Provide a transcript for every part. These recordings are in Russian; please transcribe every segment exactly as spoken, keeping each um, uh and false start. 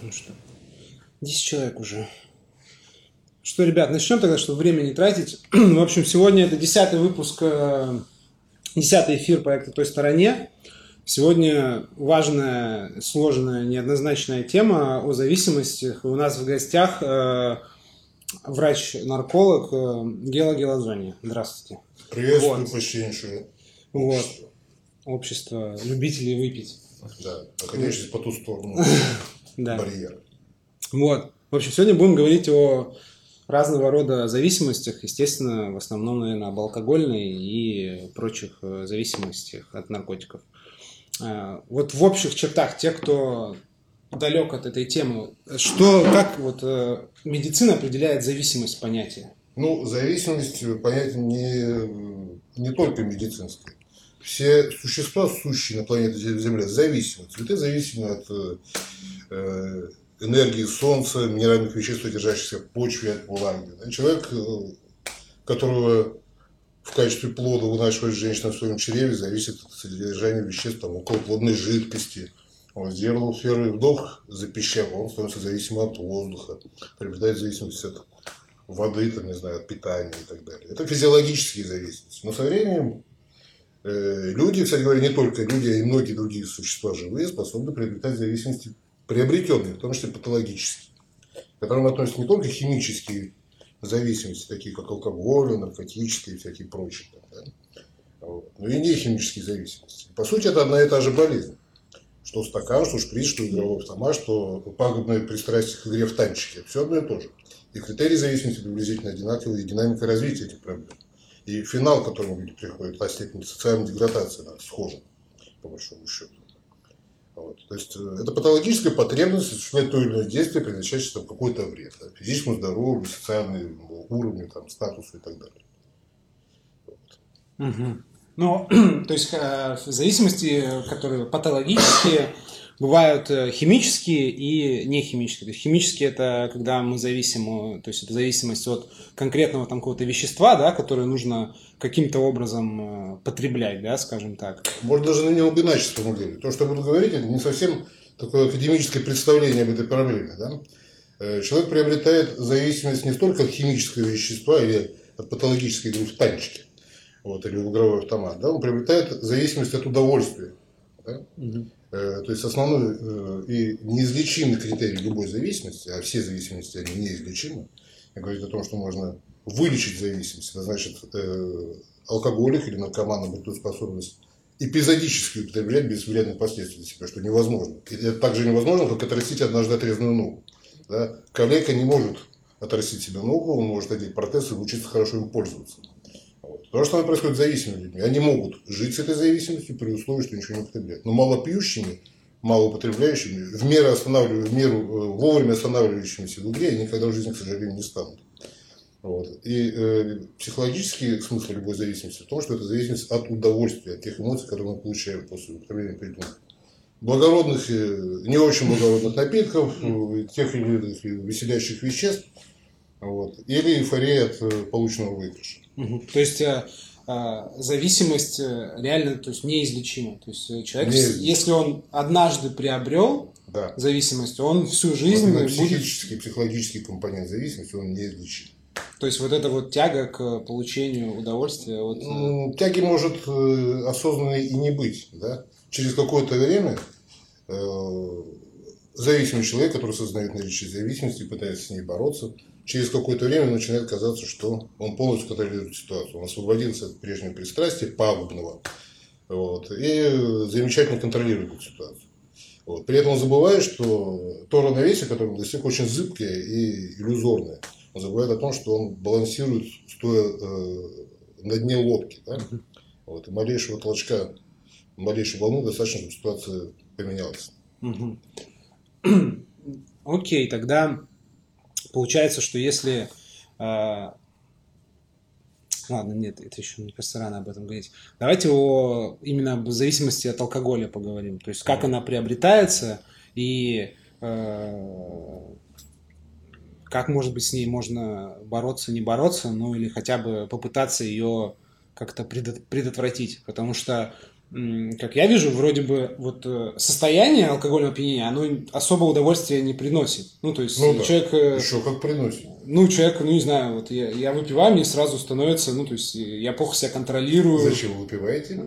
Ну что, десять человек уже. Что, ребят, начнем тогда, чтобы время не тратить. В общем, сегодня это десятый выпуск, десятый эфир проекта «Той стороне». Сегодня важная, сложная, неоднозначная тема о зависимостях. У нас в гостях врач-нарколог Гела Гелазони. Здравствуйте. Приветствую, вот. Почтеннейшее вот. Общество. Общество любителей выпить. Да, находящиеся по ту сторону барьера. Вот. В общем, сегодня будем говорить о разного рода зависимостях, естественно, в основном, наверное, об алкогольной и прочих зависимостях от наркотиков. Вот в общих чертах, те, кто далек от этой темы, что, как вот медицина определяет зависимость понятия? Ну, зависимость понятие не, не только медицинское. Все существа, сущие на планете Земля, зависимы. Цветы зависимы от э, энергии Солнца, минеральных веществ, содержащихся в почве, от влаги. Человек, которого в качестве плода вынашивает женщина в своем чреве, зависит от содержания веществ, там, околоплодной жидкости. Он сделал первый вдох, запищал, он становится зависимым от воздуха, приобретает зависимость от воды, там, не знаю, от питания и так далее. Это физиологические зависимости. Но со временем э, люди, кстати говоря, не только люди, а и многие другие существа живые способны приобретать зависимости приобретенные, в том числе патологические, к которым относятся не только химические зависимости, такие как алкоголь, наркотические и всякие прочие, да, вот, но и не химические зависимости. По сути, это одна и та же болезнь. Что стакан, что шприц, что игровой автомат, что пагубное пристрастие к игре в танчики. Все одно и то же. И критерии зависимости приблизительно одинаковые, и динамика развития этих проблем. И финал, к которому люди приходят, та степень социальной деградации, она схожа, по большому счету. Вот. То есть это патологическая потребность осуществлять то или иное действие, приносящее там какой-то вред. Да, физическому здоровью, социальному уровню, там, статусу и так далее. Вот. Угу. Ну, то есть зависимости, которые патологические, бывают химические и нехимические. То есть химические — это когда мы зависим, то есть это зависимость от конкретного там какого-то вещества, да, которое нужно каким-то образом потреблять, да, скажем так. Можно даже на него иначе сформулировать. То, что я буду говорить, это не совсем такое академическое представление об этой проблеме. Да? Человек приобретает зависимость не столько от химического вещества или от патологической игры в танчики, вот, или в игровой автомат, да? Он приобретает зависимость от удовольствия. Да? Угу. То есть основной и неизлечимый критерий любой зависимости, а все зависимости они неизлечимы, говорит о том, что можно вылечить зависимость. Это значит, алкоголик или наркоман обретут способность эпизодически употреблять без вредных последствий для себя, что невозможно. И это так же невозможно, как отрастить однажды отрезанную ногу. Да? Калека не может отрастить себе ногу, он может одеть протез и учиться хорошо им пользоваться. Вот. То же самое происходит с зависимыми людьми. Они могут жить с этой зависимостью при условии, что ничего не употребляют. Но малопьющими, малоупотребляющими, в меру, останавливая, в меру вовремя останавливающимися в игре, они никогда в жизни, к сожалению, не станут. Вот. И э, психологический смысл любой зависимости в том, что это зависимость от удовольствия, от тех эмоций, которые мы получаем после употребления определенных благородных, не очень благородных напитков, тех или иных веселящих веществ, вот, или эйфория от полученного выигрыша. Угу. То есть э, э, зависимость реально, то есть неизлечима. То есть человек, неизлечим. Если он однажды приобрел да. зависимость, он всю жизнь вот будет... Психический, психологический компонент зависимости, он неизлечим. То есть вот эта вот тяга к получению удовольствия. Вот... Ну, тяги может э, осознанной и не быть. Да? Через какое-то время э, зависимый человек, который сознает наличие зависимости, пытается с ней бороться, через какое-то время начинает казаться, что он полностью контролирует ситуацию. Он освободился от прежнего пристрастия, пагубного, вот, и замечательно контролирует эту ситуацию. Вот. При этом он забывает, что то равновесие, которое он достиг, очень зыбкое и иллюзорное. Он забывает о том, что он балансирует, стоя э, на дне лодки. Да? Вот. И малейшего толчка, малейшей волны достаточно, чтобы ситуация поменялась. Угу. Окей, тогда... Получается, что если... Э, ладно, нет, это еще, мне кажется, рано об этом говорить. Давайте о именно зависимости от алкоголя поговорим. То есть, как она приобретается и э, как, может быть, с ней можно бороться, не бороться, ну или хотя бы попытаться ее как-то предотвратить. Потому что как я вижу, вроде бы вот состояние алкогольного опьянения, оно особого удовольствия не приносит. Ну, то есть ну, человек... Да. Еще как приносит. Ну, человек, ну, не знаю, вот я, я выпиваю, мне сразу становится, ну, то есть я плохо себя контролирую. Зачем вы выпиваете?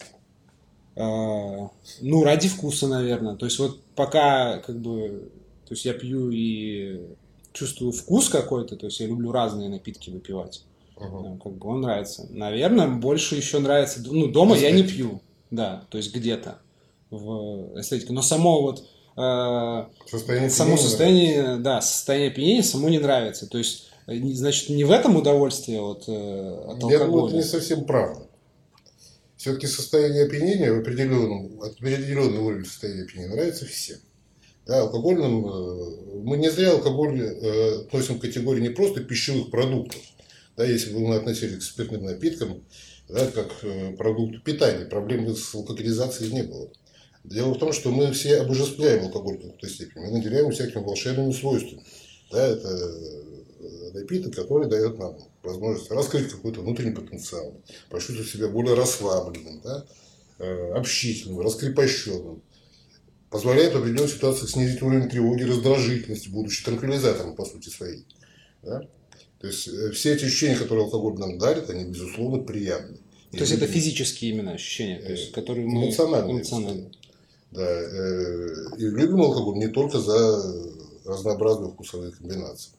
А, ну, ради вкуса, наверное. То есть вот пока, как бы, то есть я пью и чувствую вкус какой-то, то есть я люблю разные напитки выпивать. Uh-huh. Как бы он нравится. Наверное, больше еще нравится, ну, дома эстетика. Я не пью. Да, то есть где-то в эстетике. Но само вот э, состояние само состояние, да, состояние опьянения само не нравится. То есть, значит, не в этом удовольствие от, от алкоголя. Я думаю, это не совсем правда. Все-таки состояние опьянения в определенном, определенный уровень состояния опьянения нравится всем. Да, алкогольным, мы не зря алкоголь э, относим к категории не просто пищевых продуктов. Да, если бы мы относились к спиртным напиткам, да, как э, продукту питания, проблем с алкоголизацией не было. Дело в том, что мы все обожествляем алкоголь в какой-то степени, мы наделяем его всякими волшебными свойствами. Да, это напиток, который дает нам возможность раскрыть какой-то внутренний потенциал, почувствовать себя более расслабленным, да, э, общительным, раскрепощенным. Позволяет в определенных ситуациях снизить уровень тревоги, раздражительности, будучи транквилизатором по сути своей. Да? То есть все эти ощущения, которые алкоголь нам дарит, они, безусловно, приятны. То и есть это физические именно ощущения, то есть, которые мы... Эмоциональные. Эмоциональные. Да, э, и любим алкоголь не только за разнообразные вкусовые комбинации.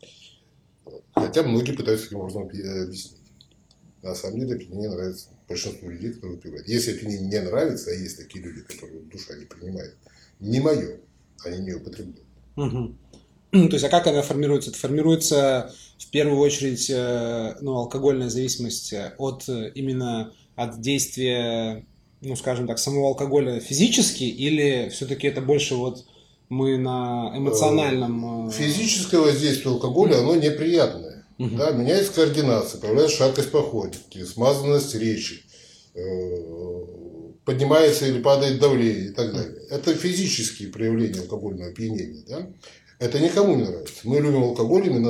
Хотя многие пытаются таким образом объяснить. На самом деле опьянение нравится большинству людей, которые выпивают. Если опьянение не нравится, а есть такие люди, которые душа не принимает, не мое, они не употребляют. Угу. То есть, а как она формируется? Это формируется в первую очередь, ну, алкогольная зависимость от именно от действия, ну, скажем так, самого алкоголя физически, или все-таки это больше вот мы на эмоциональном... Физическое воздействие алкоголя, оно неприятное. Uh-huh. Да, меняется координация, появляется шаткость походки, смазанность речи, поднимается или падает давление и так далее. Это физические проявления алкогольного опьянения. Да? Это никому не нравится. Мы любим алкоголь именно...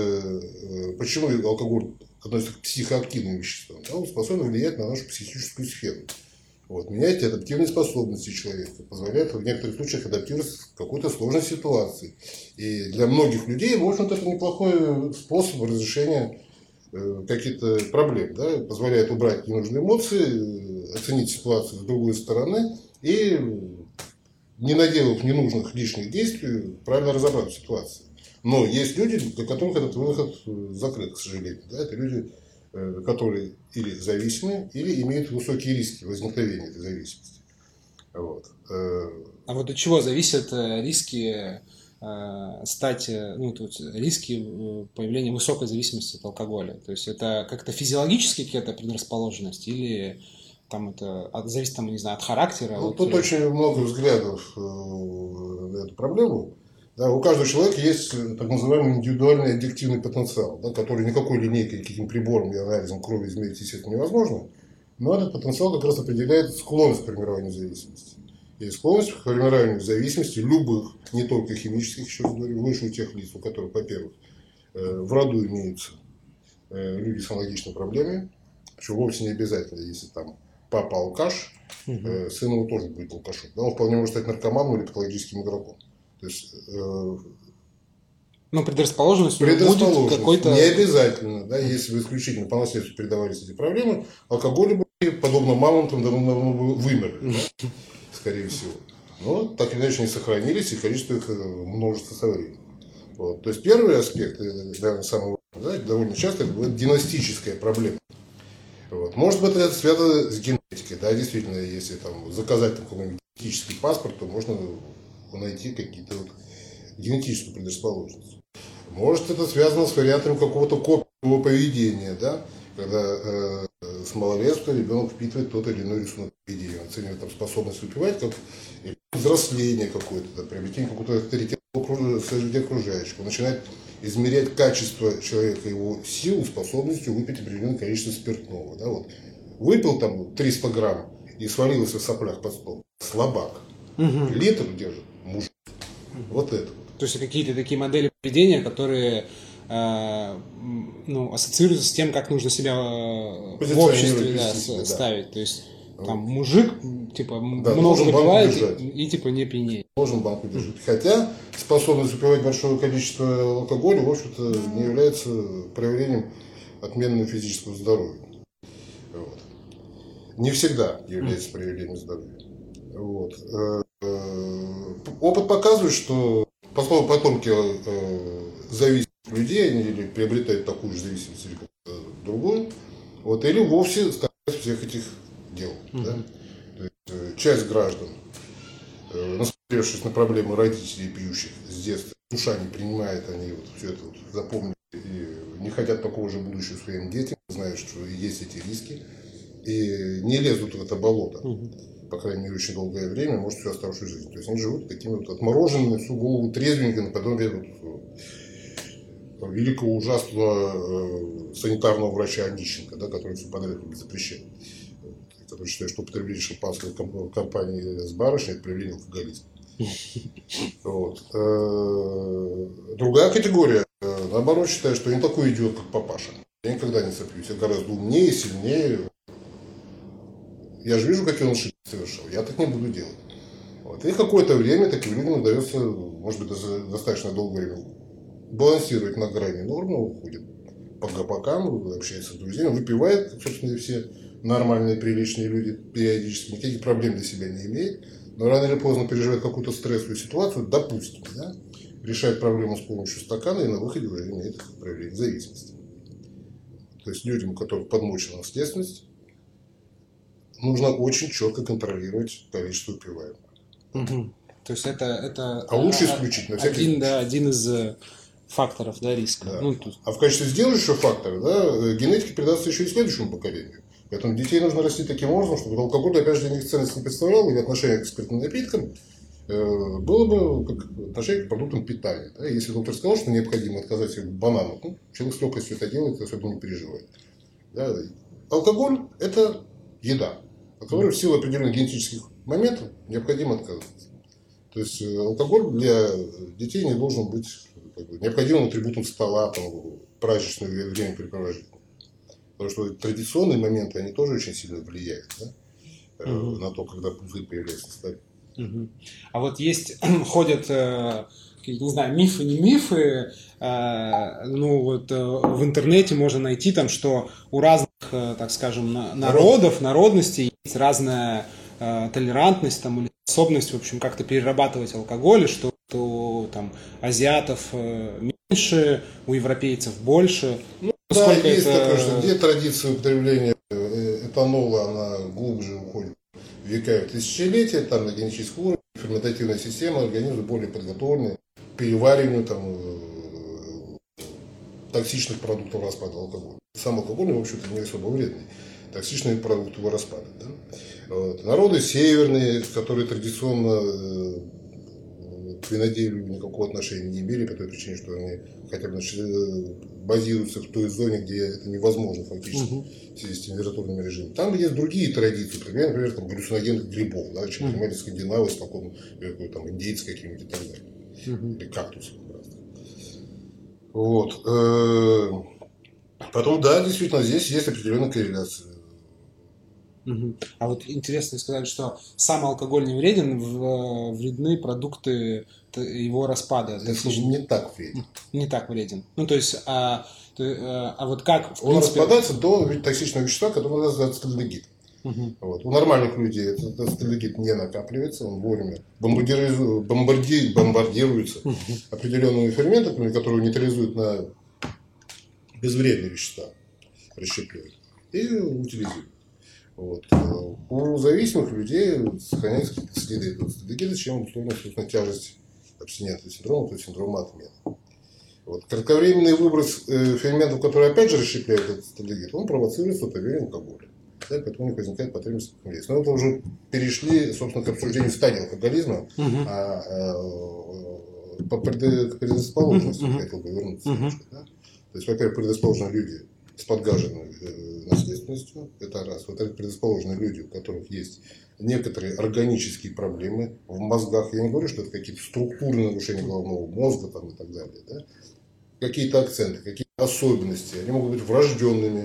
Э, почему алкоголь относится к психоактивным веществам? Да? Он способен влиять на нашу психическую сферу. Вот, меняет адаптивные способности человека, позволяет в некоторых случаях адаптироваться к какой-то сложной ситуации. И для многих людей, в общем-то, это неплохой способ разрешения э, каких-то проблем. Да? Позволяет убрать ненужные эмоции, оценить ситуацию с другой стороны и, не наделав ненужных лишних действий, правильно разобраться в ситуации. Но есть люди, для которых этот выход закрыт, к сожалению. Да? Это люди, которые или зависимы, или имеют высокие риски возникновения этой зависимости. Вот. А вот от чего зависят риски стать, ну, тут риски появления высокой зависимости от алкоголя? То есть это как-то физиологические какие-то предрасположенности или там это зависит, там, не знаю, от характера? Ну, от... Тут очень много взглядов на эту проблему. Да, у каждого человека есть так называемый индивидуальный аддиктивный потенциал, да, который никакой линейкой, каким прибором и анализом крови измерить, естественно, невозможно. Но этот потенциал как раз определяет склонность к формированию зависимости. И склонность к формированию зависимости любых, не только химических, еще раз говорю, выше у тех лиц, у которых, во-первых, в роду имеются люди с аналогичной проблемой, что вовсе не обязательно, если там папа алкаш, угу. сын его тоже будет алкашом. Да, он вполне может стать наркоманом или патологическим игроком. То есть, э, ну, предрасположенность, предрасположенность будет какой-то... Не обязательно, да, если бы исключительно по наследству передавались эти проблемы, алкоголь бы, подобно мамонтам, давно бы вымерли, да, скорее всего. Но так или иначе они сохранились, и количество их множество со временем. Вот. То есть первый аспект, наверное, самый важный, да, довольно часто, это династическая проблема. Вот. Может быть, это связано с генетикой, да, действительно, если там заказать там, какой-нибудь генетический паспорт, то можно найти какие-то вот генетическую предрасположенность. Может, это связано с вариантами какого-то копьевого поведения, да, когда э, с малолетства ребенок впитывает тот или иной рисунок поведения, оценивает там, способность выпивать как взросление какое-то, да, приобретение какого-то авторитета среди окружающих. Он начинает измерять качество человека, его силу, способностью выпить определенное количество спиртного. Да, вот. Выпил там триста грамм и свалился в соплях под стол. Слабак. Угу. Литр держит мужик. Вот это. То есть какие-то такие модели поведения, которые э, ну, ассоциируются с тем, как нужно себя в обществе да, да. ставить. То есть там мужик, типа, да, много выпивает и, и, типа, не пьянеет. Должен банку держать. Хотя способность выпивать большое количество алкоголя, в общем-то, не является проявлением отменного физического здоровья. Вот. Не всегда является проявлением здоровья. Вот. Опыт показывает, что поскольку потомки зависимых людей, они или приобретают такую же зависимость, или как-то другую, вот, или вовсе стараются всех этих дел. Mm-hmm. Да? То есть, часть граждан, насмотревшись на проблемы родителей пьющих с детства, душа не принимает, они вот все это вот запомнили и не хотят такого же будущего своим детям, знают, что есть эти риски, и не лезут в это болото. Mm-hmm. По крайней мере, очень долгое время, может, всю оставшуюся жизнь. То есть они живут такими вот отмороженными, сугубо трезвенниками, наподобие вот, великого ужасного э, санитарного врача Онищенко, да, который все подряд запрещает. Который считает, что употребление шампанского в компании с барышней – это проявление алкоголизма. Вот. Другая категория, наоборот, считает, что я не такой идиот, как папаша. Я никогда не сопьюсь, я гораздо умнее, сильнее. Я же вижу, какие он ошибки совершил, я так не буду делать. Вот. И какое-то время таким людям удается, может быть, достаточно долгое время балансировать на грани нормы, уходит по гопакам, общается с друзьями, выпивает, собственно, все нормальные, приличные люди периодически, никаких проблем для себя не имеет, но рано или поздно переживает какую-то стрессовую ситуацию, допустим, да, решает проблему с помощью стакана и на выходе уже имеет проявление зависимости. То есть людям, у которых подмочена наследственность, нужно очень четко контролировать количество выпиваемого. Угу. То есть это, это а лучше исключить на всякий один, случай. Да, один из факторов, да, риска. Да. Ну, тут... А в качестве сделающего фактора, да, генетика передастся еще и следующему поколению. Поэтому детей нужно растить таким образом, чтобы алкоголь, опять же, для них ценность не представлял, и отношение к спиртным напиткам э, было бы как отношение к продуктам питания. Да? Если доктор сказал, что необходимо отказать себе от бананов, ну, человек с легкостью это делает, особенно не переживает. Да? Алкоголь – это еда, от которой в силу определенных генетических моментов необходимо отказываться. То есть алкоголь для детей не должен быть как бы, необходимым атрибутом стола, там, праздничного времяпрепровождения. Потому что традиционные моменты, они тоже очень сильно влияют, да, угу. на то, когда пузырь появляется на столе. Угу. А вот есть, ходят, не знаю, мифы, не мифы, ну вот в интернете можно найти там, что у разных, так скажем, народов, народностей есть разная толерантность там, или способность, в общем, как-то перерабатывать алкоголь, что у там, азиатов меньше, у европейцев больше. Ну, да, есть это... такое, что где традиция употребления этанола, она глубже уходит в века и тысячелетия, там на генетическом уровне, ферментативная система, организм более подготовленный к перевариванию там, токсичных продуктов распада алкоголя. Сам алкоголь, в общем-то, не особо вредный. Токсичные продукты его распада. Да? Вот. Народы северные, которые традиционно к виноделию никакого отношения не имели, по той причине, что они хотя бы базируются в той зоне, где это невозможно фактически uh-huh. в связи с температурным режимом. Там есть другие традиции, например, там, галлюциногенных грибов, да, чем uh-huh. занимались скандинавы, спокойно, там, индейцы какие-нибудь и так далее. Uh-huh. Или кактусы. Вот. Потом, да, действительно, здесь есть определенная корреляция. Угу. А вот интересно сказать, что сам алкоголь не вреден, вредны продукты его распада. Здесь уже не так вреден. Не так вреден. Ну, то есть, а, то, а вот как... В Он принципе... распадается до токсичного вещества, которое называется ацетальдегид. Угу. Вот. У нормальных людей этот ацетальдегид не накапливается, он вовремя бомбардируется, бомбарди, бомбардируется угу. определенными ферментами, которые нейтрализуют на безвредные вещества, расщепляют и утилизируют. Вот. У зависимых людей сохраняются какие-то следы этого ацетальдегида, чем условно, собственно, тяжесть абстинентного синдрома, то есть синдрома отмены. Вот. Кратковременный выброс э, ферментов, которые опять же расщепляют этот ацетальдегид, он провоцирует слабоверие алкоголя. Да, поэтому у них возникает потребность в алкоголизме. Но это уже перешли, собственно, к обсуждению стадии алкоголизма, uh-huh. а, а, по предрасположенности uh-huh. хотел бы вернуться. Uh-huh. Да? То есть, во-первых, предрасположены люди с подгаженной э, наследственностью, это раз. Во-вторых, предрасположены люди, у которых есть некоторые органические проблемы в мозгах. Я не говорю, что это какие-то структурные нарушения головного мозга там, и так далее. Да? Какие-то акценты, какие-то особенности. Они могут быть врожденными.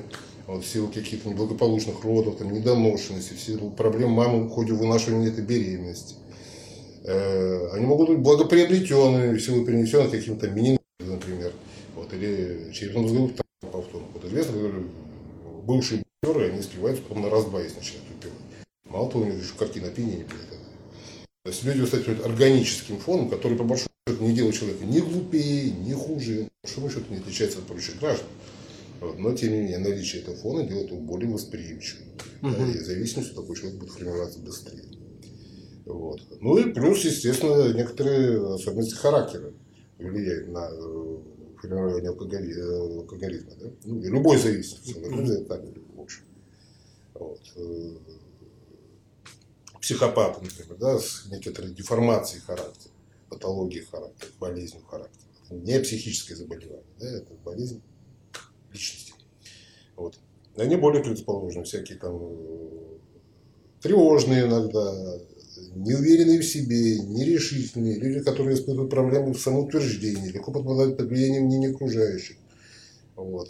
вот, в силу каких-то неблагополучных родов, там, недоношенности, в силу проблем мамы в ходе вынашивания этой беременности. Они могут быть благоприобретенными в силу перенесенных каким-то менингитом, например, вот, или черепно-мозговых травм повторных. Вот известно, бывшие боксеры, они спиваются потом на раз-два, если начинают выпивать. Мало того, у них еще картина опьянения перед. То есть люди выстраивают органическим фоном, который по большому счету не делает человека ни глупее, ни хуже, по большому счету не отличается от прочих граждан. Вот. Но тем не менее наличие этого фона делает его более восприимчивым. Uh-huh. Да, и зависимость такой человек будет формироваться быстрее. Вот. Ну и плюс, естественно, некоторые особенности характера влияют на формирование алкоголизма. Да? Ну, и любой зависимости. Uh-huh. Так, в общем. Вот. Психопаты, например, да, с некоторой деформацией характера, патологией характера, болезнью характера. Это не психическое заболевание, да, это болезнь личности. Вот. Они более предрасположены, всякие там тревожные иногда, неуверенные в себе, нерешительные, люди, которые испытывают проблемы в самоутверждении, легко подпадают под влиянием мнений окружающих. Вот.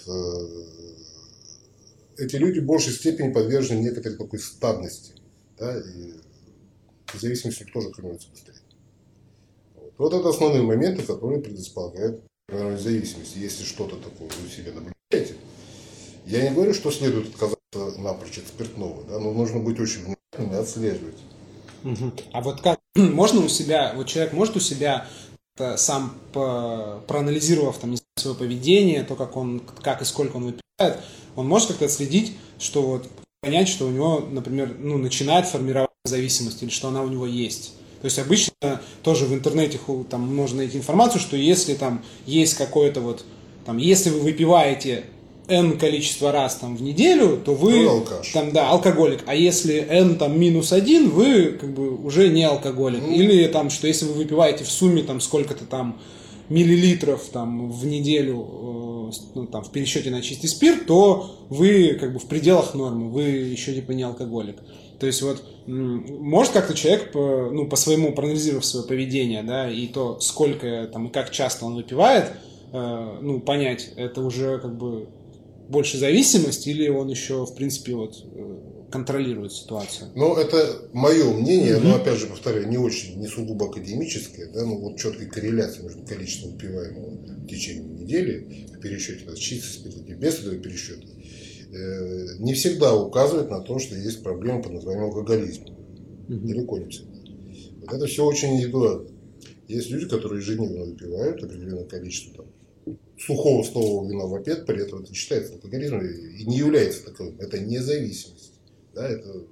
Эти люди в большей степени подвержены некоторой такой стадности. Да, и зависимость тоже формируется быстрее. Вот. вот это основные моменты, которые предрасполагают к зависимости. Если что-то такое вы у себя наблюдаете, я не говорю, что следует отказаться напрочь от спиртного, да, но нужно быть очень внимательным и отслеживать. Угу. А вот как можно у себя, вот человек может у себя сам по, проанализировав там, свое поведение, то, как он, как и сколько он выпивает, он может как-то отследить, что вот понять, что у него, например, ну, начинает формироваться зависимость или что она у него есть. То есть обычно тоже в интернете там можно найти информацию, что если там есть какое-то вот, там, если вы выпиваете N количество раз там в неделю, то вы там, да, алкоголик, а если N там минус один, вы как бы уже не алкоголик. Mm. Или там, что если вы выпиваете в сумме там сколько-то там миллилитров там в неделю, ну, там, в пересчете на чистый спирт, то вы как бы в пределах нормы, вы еще типа не алкоголик. То есть вот может как-то человек по, ну, по своему проанализировав свое поведение, да, и то, сколько там и как часто он выпивает, э, ну, понять, это уже как бы больше зависимость или он еще, в принципе, вот контролирует ситуацию? Ну, это мое мнение, mm-hmm. но, опять же, повторяю, не очень, не сугубо академическое, да, но вот четкой корреляции между количеством выпиваемого в течение недели в пересчете, да, чисто спиртного, без этого пересчета, э, не всегда указывает на то, что есть проблема под названием алкоголизм. Mm-hmm. Далеко не всегда. Вот это все очень индивидуально. Есть люди, которые ежедневно выпивают определенное количество там, сухого столового вина в обед, при этом это считается алкоголизмом и не является таковым. Это независимость. Да, это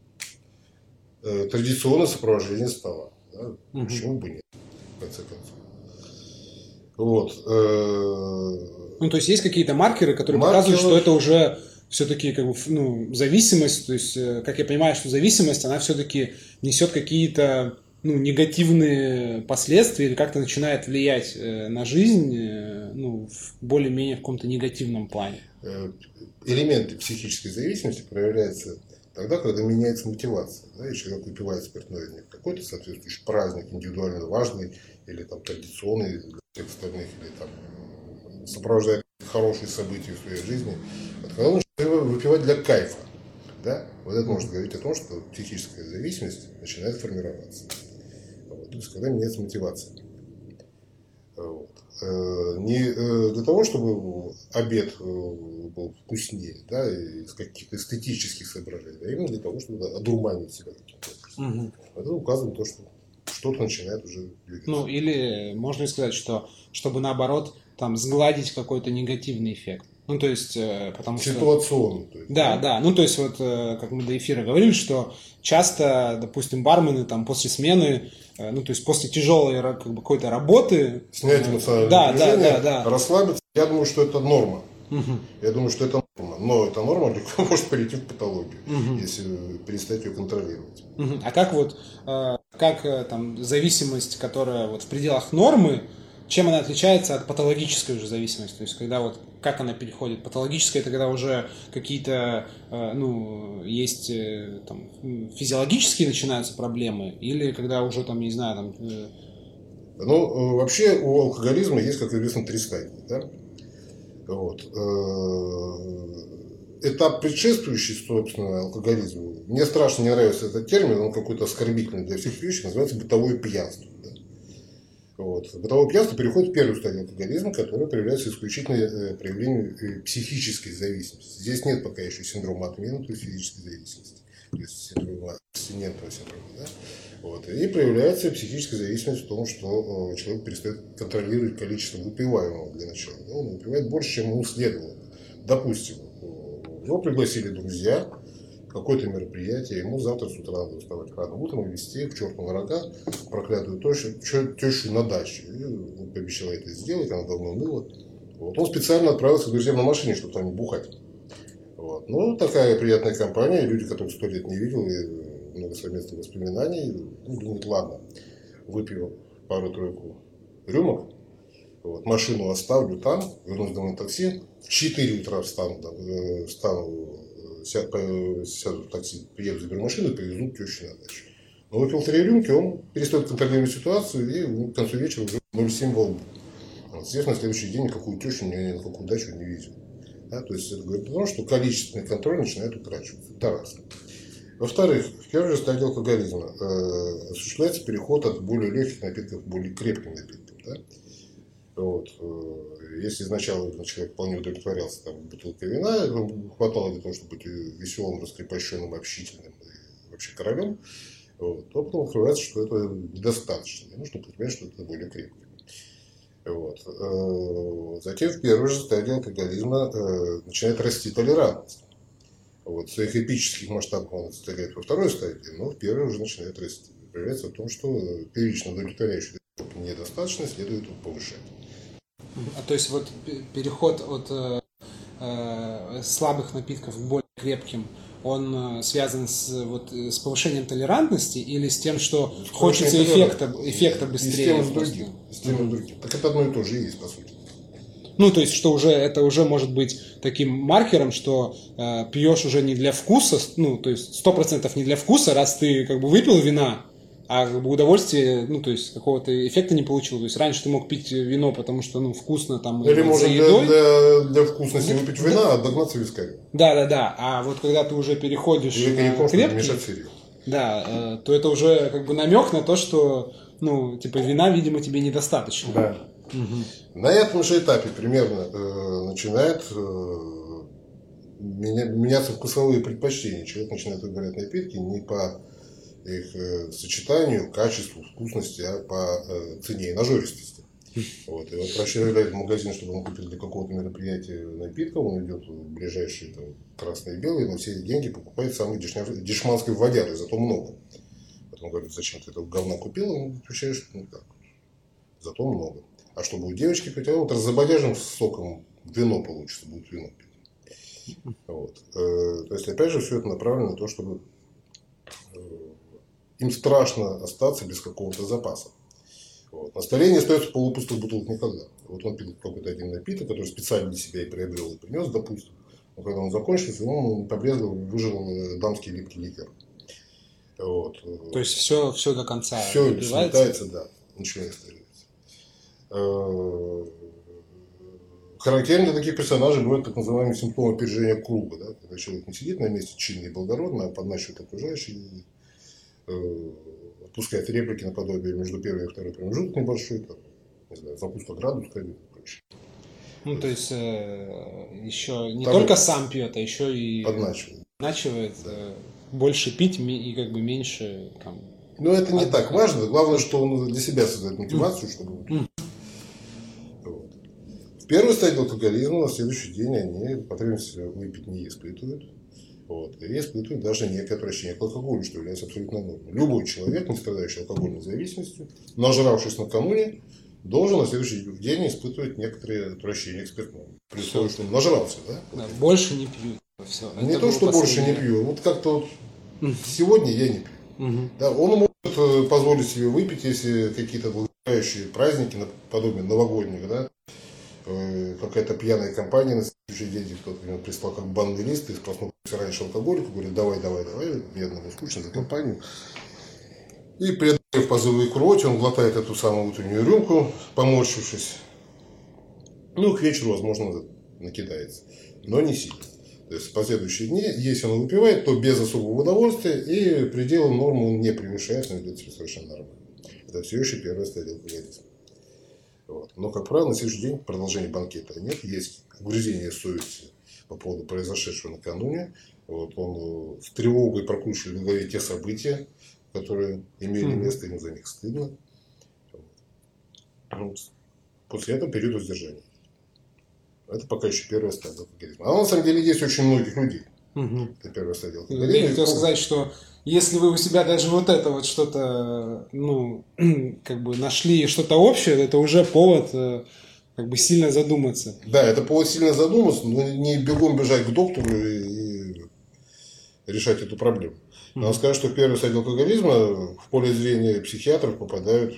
э, традиционное сопровождение стола. Да? Угу. Почему бы нет, в конце концов. Вот. Ну, то есть есть какие-то маркеры, которые маркеры... показывают, что это уже все-таки как бы, ну, зависимость. То есть, как я понимаю, что зависимость, она все-таки несет какие-то ну, негативные последствия или как-то начинает влиять на жизнь, ну, в более-менее в каком-то негативном плане. Элементы психической зависимости проявляются тогда, когда меняется мотивация. Да, и человек выпивает спиртное не какой-то соответствующий праздник, индивидуально важный или там традиционный для всех остальных, или там сопровождает хорошие события в своей жизни. Вот когда он начинает выпивать для кайфа, да, вот это может говорить о том, что психическая зависимость начинает формироваться. Вот, то есть, когда меняется мотивация. Вот. Не для того, чтобы обед был вкуснее, да, из каких-то эстетических соображений, а именно для того, чтобы одурманить себя каким-то образом. Угу. Это указывает то, что что-то начинает уже двигаться. Ну, или можно сказать, что чтобы наоборот там сгладить какой-то негативный эффект. Ну, то есть, потому что... Ситуационно. То есть, да, да, да. Ну, то есть, вот, как мы до эфира говорили, что часто, допустим, бармены там после смены, ну, то есть, после тяжелой как бы, какой-то работы... Снять эмоциональное да, напряжение, да, да, да. расслабиться. Я думаю, что это норма. Угу. Я думаю, что это норма. Но эта норма легко может перейти в патологию, угу. если перестать ее контролировать. Угу. А как вот, как там зависимость, которая вот в пределах нормы, чем она отличается от патологической уже зависимости? То есть, когда вот, как она переходит? Патологическая – это когда уже какие-то, э, ну, есть э, там, физиологические начинаются проблемы? Или когда уже, там, не знаю, там… Э... Ну, вообще у алкоголизма есть, как известно, три стадии, да? Вот. этап, предшествующий, собственно, алкоголизму, мне страшно не нравится этот термин, он какой-то оскорбительный для всех вещей, называется бытовое пьянство. Да? Вот. Бытовое пьянство переходит в первую стадию алкоголизма, которая проявляется исключительно э, проявлением э, психической зависимости. Здесь нет пока еще синдрома отмены, то есть физической зависимости, то есть синдрома абстинентного синдрома. Да? Вот. И проявляется психическая зависимость в том, что э, человек перестает контролировать количество выпиваемого для начала. Да? Он выпивает больше, чем ему следовало. Допустим, его пригласили друзья, какое-то мероприятие, ему завтра с утра надо вставать рано утром и везти к черту на рога проклятую тещу, тещу на дачу. И он пообещал это сделать, она давно ныла. Вот. Он специально отправился к друзьям на машине, чтобы там не бухать. Вот. Ну, такая приятная компания, люди, которых сто лет не видел, и много совместных воспоминаний. Ну, думают, ладно, выпью пару-тройку рюмок, вот, машину оставлю там, вернусь домой на такси, в четыре утра встану, там, э, встану, сяду, сяду в такси, приеду, заберу машину и повезу тещу на дачу. Но выпил три рюмки, он перестает контролировать ситуацию, и к концу вечера уже ноль семь во лбу. Вот, естественно, на следующий день никакую тещу, ни на какую дачу не везет. Да, то есть это говорит о том, что количественный контроль начинает утрачиваться. Это раз. Во-вторых, в первой же стадии алкоголизма э, осуществляется переход от более легких напитков к более крепким напиткам. Да? Вот. Если изначально человек вполне удовлетворялся там, бутылкой вина, ему хватало для того, чтобы быть веселым, раскрепощенным, общительным и вообще королем, вот, то потом открывается, что это недостаточно. Нужно понимать, что это более крепкое. Вот. Затем в первой же стадии алкоголизма начинает расти толерантность. Вот. В своих эпических масштабах он достигает во второй стадии, но в первой уже начинает расти. Проявляется в том, что первично удовлетворяющий недостаточно, следует повышать. А то есть вот переход от э, э, слабых напитков к более крепким, он э, связан с, вот, с повышением толерантности или с тем, что с хочется эффекта, эффекта быстрее? И с тем, с другим. С тем, mm-hmm. с другим. Так это одно и то же и есть, по сути. Ну, то есть, что уже это уже может быть таким маркером, что э, пьешь уже не для вкуса, ну, то есть сто процентов не для вкуса, раз ты как бы выпил вина, а как бы удовольствие, ну, то есть какого-то эффекта не получил. То есть раньше ты мог пить вино, потому что, ну, вкусно там. Или может для, для, для вкусности выпить вина, да. а догнаться вискарем. Да, да, да. А вот когда ты уже переходишь Или на крепкий, сырье. Да, э, то это уже как бы намек на то, что, ну, типа вина, видимо, тебе недостаточно. Да. Угу. На этом же этапе примерно э, начинает э, меня, меняться вкусовые предпочтения. Человек начинает выбирать напитки не по их э, сочетанию, качеству, вкусности, а по э, цене и нажористости. Вот. И вот прощает в магазин, чтобы он купил для какого-то мероприятия напитков, он идет в ближайшие там, красные и белые, на все эти деньги покупает самый дешманской водяры, зато много. Потом говорит, зачем ты этого говна купил? Он отвечает, что ну как, зато много. А чтобы у девочки пить, а вот разободяжим с соком вино получится, будет вино пить. Вот. То есть, опять же, все это направлено на то, чтобы им страшно остаться без какого-то запаса. Вот. На столе не остается полупустых бутылок никогда. Вот он пил какой-то один напиток, который специально для себя и приобрел и принес, допустим. Но когда он закончился, он побрезгал, выжил дамский липкий ликер. Вот. То есть все, все до конца. Все сметается, да. Ничего не остается. Характерны для таких персонажей бывают так называемые симптомы переживания круга. Да? Когда человек не сидит на месте чинно и благородно, а подначивает окружающих и э, отпускает реплики наподобие между первой и второй промежуток небольшой, там, не знаю, запуска градуска и прочее. Ну, то есть э, еще не Там только сам пьет, а еще и подначивает. Подначивает да. э, больше пить и как бы меньше там. Но это не так важно. Главное, что он для себя создает мотивацию, mm. чтобы выпить. Mm. Вот. В первой стадии алкоголизма на следующий день они потребность выпить не испытывают. Вот. И испытывают даже некое отвращение к алкоголю, что является абсолютно нормой. Любой человек, не страдающий алкогольной зависимостью, нажравшись накануне, должен на следующий день испытывать некоторые отвращения к спиртному. При условии, что он нажрался. Да? Да, больше не пью. Все. Не это то, что больше не пью. Вот как-то вот mm. сегодня я не пью. Mm-hmm. Да, он может позволить себе выпить, если какие-то благословляющие праздники, подобные новогодних, да, э, какая-то пьяная компания на следующий день, кто-то прислал как банный лист, и проснулся раньше алкоголик, говорит, давай, давай, давай, бедному скучно за компанию. И преодолев позывы к рот, он глотает эту самую утреннюю рюмку, поморщившись. Ну, к вечеру, возможно, накидается, но не сильно. То есть в последующие дни, если он выпивает, то без особого удовольствия, и пределы нормы он не превышает, но ведет себя совершенно нормально. Это все еще первая стадия алкоголизма. Вот. Но, как правило, на следующий день продолжения банкета нет. Есть угрызение совести по поводу произошедшего накануне. Вот. Он с тревогой прокручивает в голове те события, которые имели место, ему за них стыдно. Вот. После этого период воздержания. Это пока еще первая стадия алкоголизма. А на самом деле есть очень многих людей. Угу. Это первая стадия алкоголизма. Я хотел сказать, что если вы у себя даже вот это вот что-то, ну, как бы нашли что-то общее, это уже повод как бы сильно задуматься. Да, это повод сильно задуматься, но не бегом бежать к доктору и, и решать эту проблему. Надо сказать, что в первой стадии алкоголизма в поле зрения психиатров попадают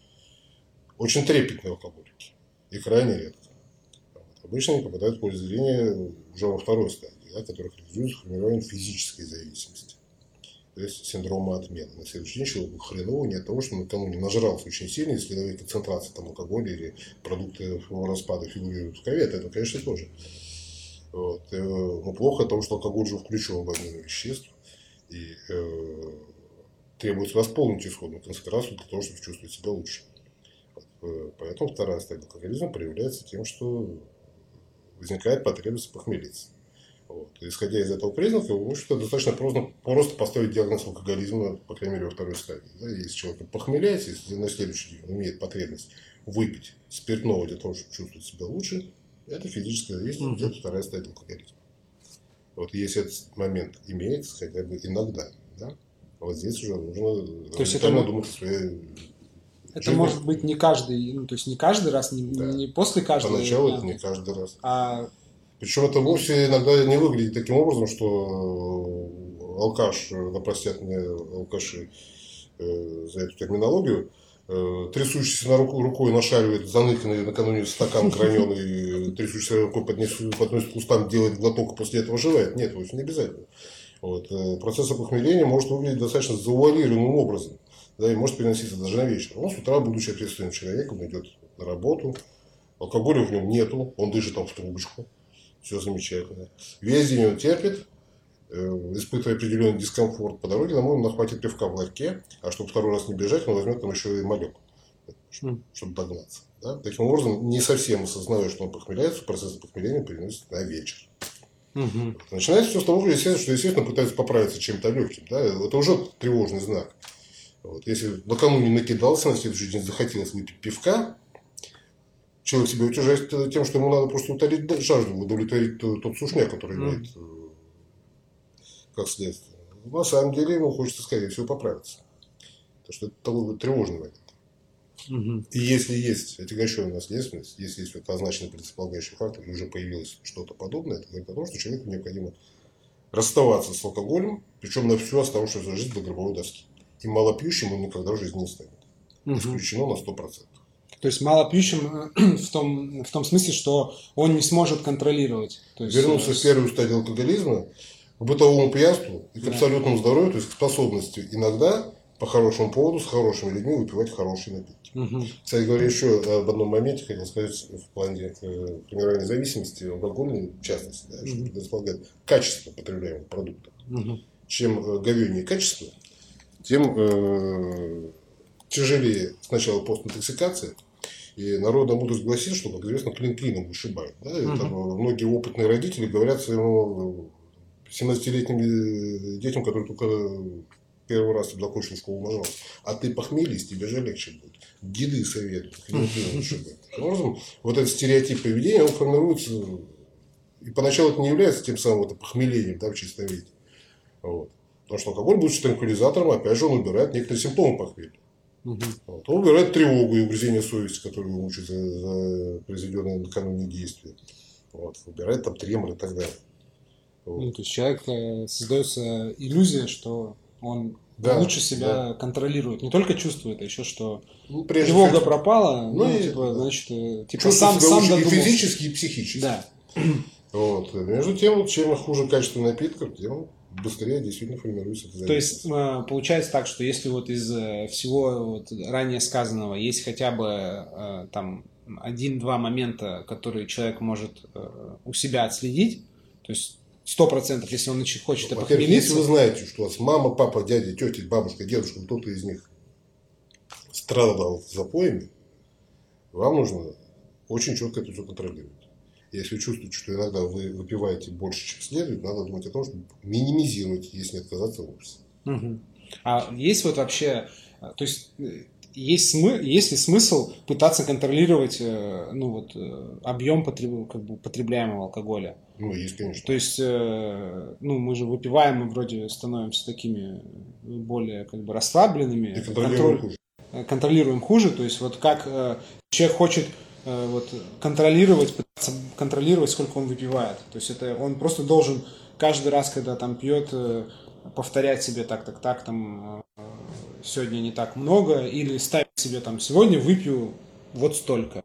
очень трепетные алкоголики. И крайне редко. Обычно они попадают в поле зрения уже во второй стадии, да, которая характеризуется формированием физической зависимости. То есть синдрома отмены. На следующий день человеку хреново не от того, что он накануне нажрался очень сильно, если световые концентрации там, алкоголя или продукты распада фигурируют в крови, это, конечно, тоже. Вот. Но плохо от того, что алкоголь уже включен в обмен веществ и э, требуется восполнить исходную концентрацию для того, чтобы чувствовать себя лучше. Вот. Поэтому вторая стадия алкоголизма проявляется тем, что возникает потребность похмелиться. Вот. Исходя из этого признака, в общем-то, достаточно просто, просто поставить диагноз алкоголизма, по крайней мере, во второй стадии. Да? Если человек похмеляется, если на следующий день он имеет потребность выпить спиртного для того, чтобы чувствовать себя лучше, это физическая зависимость, это вторая стадия алкоголизма. Вот если этот момент имеется хотя бы иногда, да, вот здесь уже нужно то есть это думать о своей Это жизни. Может быть не каждый, ну, то есть не каждый раз, не, да. не после каждого. Поначалу это не каждый раз. А... Причем это вовсе иногда не выглядит таким образом, что алкаш, да простят мне алкаши э, за эту терминологию, э, трясущийся на руку, рукой нашаривает заныканный накануне стакан граненый, трясущийся рукой подносит, подносит к устам, делает глоток и после этого оживает. Нет, вовсе не обязательно. Вот. Процесс опохмеления может выглядеть достаточно завуалированным образом. Да, и может переноситься даже на вечер. Он с утра, будучи ответственным человеком, идет на работу, алкоголя в нем нету, он дышит там в трубочку, все замечательно. Весь день он терпит, э, испытывая определенный дискомфорт. По дороге домой он нахватит пивка в ларьке, а чтобы второй раз не бежать, он возьмет там еще и малек, чтобы, чтобы догнаться. Да? Таким образом, не совсем осознавая, что он похмеляется, процесс похмеления переносится на вечер. Угу. Начинается все с того, что, естественно, пытаются поправиться чем-то легким. Да? Это уже тревожный знак. Вот. Если накануне накидался, на следующий день захотелось выпить пивка, человек себя утешает тем, что ему надо просто утолить жажду, удовлетворить тот сушняк, который имеет mm. как следствие. На самом деле ему хочется, скорее всего, поправиться. Потому что это такой тревожный момент. Mm-hmm. И если есть отягощенная наследственность, если есть вот означенный предполагающий фактор, и уже появилось что-то подобное, это говорит о том, что человеку необходимо расставаться с алкоголем, причем на всю оставшуюся жизнь до гробовой доски. И малопьющим он никогда в жизни не станет. Угу. Исключено на сто процентов. То есть малопьющим в том, в том смысле, что он не сможет контролировать. То есть, вернуться в первую стадию алкоголизма, к бытовому пьянству и к да. абсолютному здоровью, то есть к способности иногда по хорошему поводу с хорошими людьми выпивать хорошие напитки. Угу. Кстати говоря, еще об одном моменте хотел сказать в плане э, формирования зависимости алкогольной, в частности, да, угу. что предполагает качество потребляемых продуктов. Угу. Чем э, говёнее качество, тем э, тяжелее сначала постинтоксикация. И народная мудрость гласит, что, как известно, клин клином вышибают. Да? Uh-huh. Это, многие опытные родители говорят своим семнадцатилетним детям, которые только первый раз закончили школу мажора: а ты похмелись, тебе же легче будет. Деды советуют клин клином вышибать. Таким образом, вот этот стереотип поведения, он формируется, и поначалу это не является тем самым вот, похмелением, да, в чистом виде. Вот. Потому что алкоголь, будучи транквилизатором, опять же, он убирает некоторые симптомы похмелья. Угу. Вот. Он убирает тревогу и угрызение совести, которые его мучают за, за произведенные накануне действия. Вот. Убирает там тремор и так далее. Вот. Ну, то есть человек создается иллюзия, что он да, лучше себя да. контролирует. Не только чувствует, а еще что ну, тревога всего, пропала, ну, ну, типа, значит, типа сам, сам и физически, и психически. Да. Вот. Между тем, чем хуже качество напитков, тем быстрее действительно формируется эта зависимость. То есть получается так, что если вот из всего вот ранее сказанного есть хотя бы там один-два момента, которые человек может у себя отследить, то есть сто процентов, если он хочет Во-первых, похмелиться. если вы знаете, что у вас мама, папа, дядя, тетя, бабушка, дедушка, кто-то из них страдал запоями, вам нужно очень четко это все контролировать. Если вы чувствуете, что иногда вы выпиваете больше, чем следует, надо думать о том, чтобы минимизировать, если не отказаться вовсе. Угу. А есть вот вообще, то есть есть, смы, есть ли смысл пытаться контролировать ну, вот, объем потреб, как бы, потребляемого алкоголя? Ну, есть, конечно. То есть, ну, мы же выпиваем, мы вроде становимся такими более как бы расслабленными. И контролируем хуже. Контролируем хуже. То есть, вот как человек хочет вот, контролировать, пытаться контролировать, сколько он выпивает. То есть, это он просто должен каждый раз, когда там пьет, повторять себе так, так, так, там сегодня не так много, или ставить себе там сегодня выпью вот столько.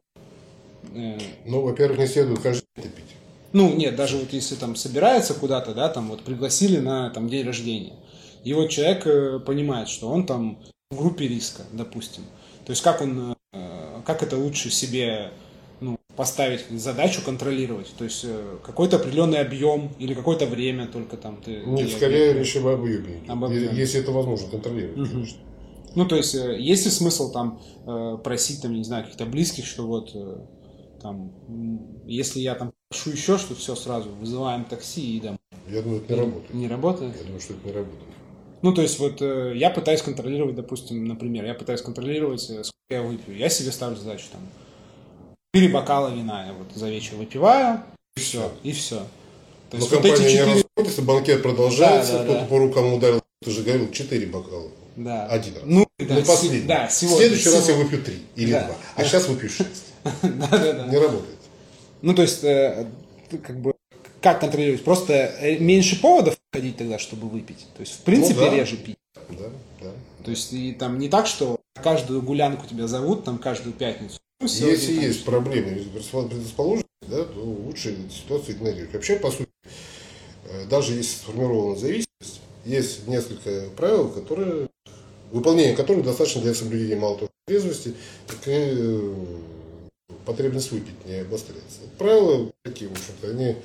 Ну, во-первых, не следует каждый день пить. Ну, нет, даже вот если там собирается куда-то, да, там вот пригласили на там день рождения, и вот человек э, понимает, что он там в группе риска, допустим. То есть как он, э, как это лучше себе ну, поставить задачу контролировать? То есть э, какой-то определенный объем или какое-то время только там ты... Нет, скорее речь об объеме. Об объеме. Если это возможно контролировать, угу. Конечно. Ну, то есть э, есть ли смысл там э, просить, там, не знаю, каких-то близких, что вот... Э, Там, если я там прошу еще, что все сразу, вызываем такси и домой. Я думаю, это не работает. Не работает? Я думаю, что это не работает. Ну, то есть, вот э, я пытаюсь контролировать, допустим, например, я пытаюсь контролировать, э, сколько я выпью. Я себе ставлю задачу, там, четыре бокала вина я вот за вечер выпиваю, и все, и все. То есть, но вот компания эти четыре... не расходится, банкет продолжается, да, да, кто-то да. по рукам ударил, ты же говорил, четыре бокала. Да. Один раз. Ну, да, ну последний. Да, сегодня, в следующий сегодня. раз я выпью три или да. два, а сейчас выпью шесть. Да, да, да. Не работает. Ну, то есть, э, как бы, как контролировать? Просто меньше поводов ходить тогда, чтобы выпить. То есть, в принципе, ну, да. реже пить. Да, да. То есть, и там не так, что каждую гулянку тебя зовут, там, каждую пятницу. Ну, если там, есть что... проблемы, предрасположенности, да, то лучше эту ситуацию игнорировать. Вообще, по сути, даже если сформирована зависимость, есть несколько правил, которые, выполнение которых достаточно для соблюдения мало того трезвости, так и потребность выпить не обостряется. Правила такие, в общем-то, они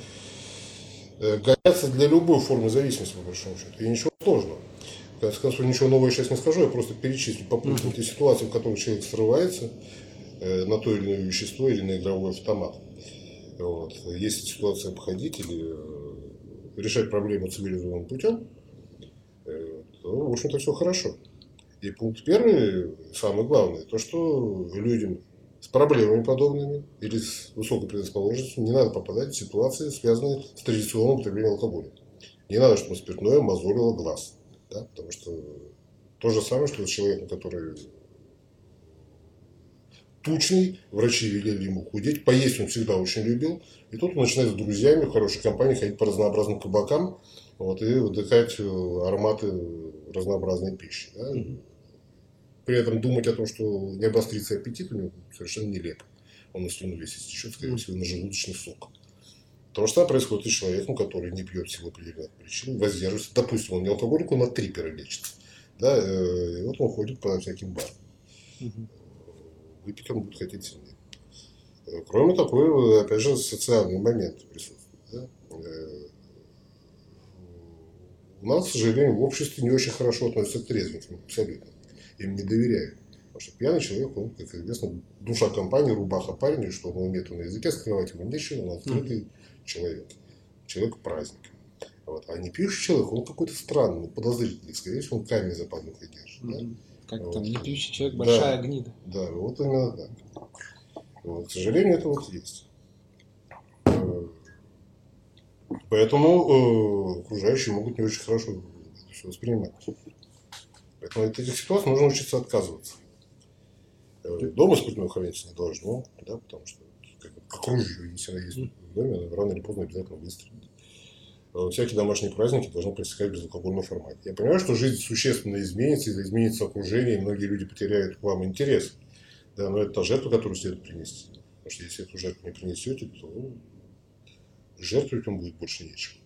годятся для любой формы зависимости, по большому счету. И ничего сложного. В конце концов, ничего нового я сейчас не скажу, я просто перечислю попутно те ситуации, в которых человек срывается на то или иное вещество или на игровой автомат. Вот. Если ситуация обходить или решать проблему цивилизованным путем, то, в общем-то, все хорошо. И пункт первый, самый главный, то, что людям с проблемами подобными или с высокой предрасположенностью не надо попадать в ситуации, связанные с традиционным употреблением алкоголя. Не надо, чтобы спиртное мозолило глаз. Да? Потому что то же самое, что с человеком, который тучный, врачи велели ему худеть, поесть он всегда очень любил, и тут он начинает с друзьями в хорошей компании ходить по разнообразным кабакам вот, и вдыхать ароматы разнообразной пищи. Да? Mm-hmm. При этом думать о том, что не обострится аппетит, у него совершенно нелепо. Он на слюну весь истечет, скорее всего, на желудочный сок. То же самое происходит и с человеком, который не пьет в силу определенных причин, воздерживается. Допустим, он не алкоголик, он от трипера лечится. Да? И вот он ходит по всяким барам. Mm-hmm. Выпить он будет хотеть сильнее. Кроме того, опять же, социальный момент присутствует. Да? У нас, к сожалению, в обществе не очень хорошо относятся к трезвенникам, абсолютно. Им не доверяют. Потому что пьяный человек, он, как известно, душа компании, рубаха парня, что он умеет на языке, скрывать ему нечего, он открытый mm-hmm. человек. Человек праздника. Вот. А не пьющий человек, он какой-то странный, подозрительный. Скорее всего, он камень за пазухой держит. Mm-hmm. Да? Как вот. Там не пьющий человек, большая да, гнида. Да, вот именно так. Вот, к сожалению, это вот есть. Поэтому э, окружающие могут не очень хорошо это все воспринимать. Поэтому от этих ситуаций нужно учиться отказываться. Дома спиртное храниться не должно, да, потому что как, как ружье, если она есть в доме, она рано или поздно обязательно выстрелит. Всякие домашние праздники должны проистекать в безалкогольном формате. Я понимаю, что жизнь существенно изменится, из-за изменится окружение, и многие люди потеряют к вам интерес. Да, но это та жертва, которую следует принести. Потому что если эту жертву не принесете, то жертвовать вам будет больше нечего.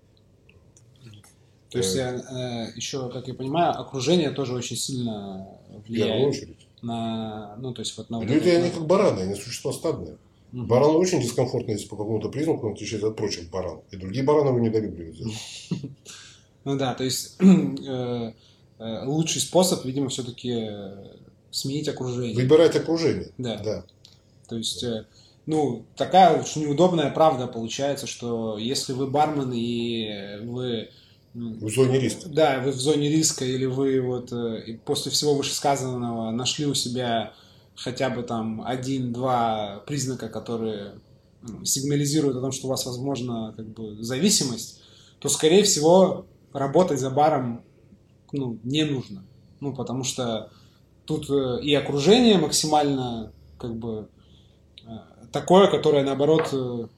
То есть, э, еще, как я понимаю, окружение тоже очень сильно влияет. В первую очередь. На, ну, то есть, вот на Люди, они как бараны, они существа стадные. Угу. Барану очень дискомфортно, если по какому-то признаку он отличается от прочих баранов. И другие бараны его недолюбливают. Ну да, то есть лучший способ, видимо, все-таки сменить окружение. Выбирать окружение. Да. да. То есть, ну, такая очень неудобная правда получается, что если вы бармен и вы... В зоне риска. Да, вы в зоне риска, или вы вот после всего вышесказанного нашли у себя хотя бы там один-два признака, которые сигнализируют о том, что у вас, возможно, как бы зависимость, то, скорее всего, работать за баром, ну, не нужно. Ну, потому что тут и окружение максимально как бы такое, которое, наоборот,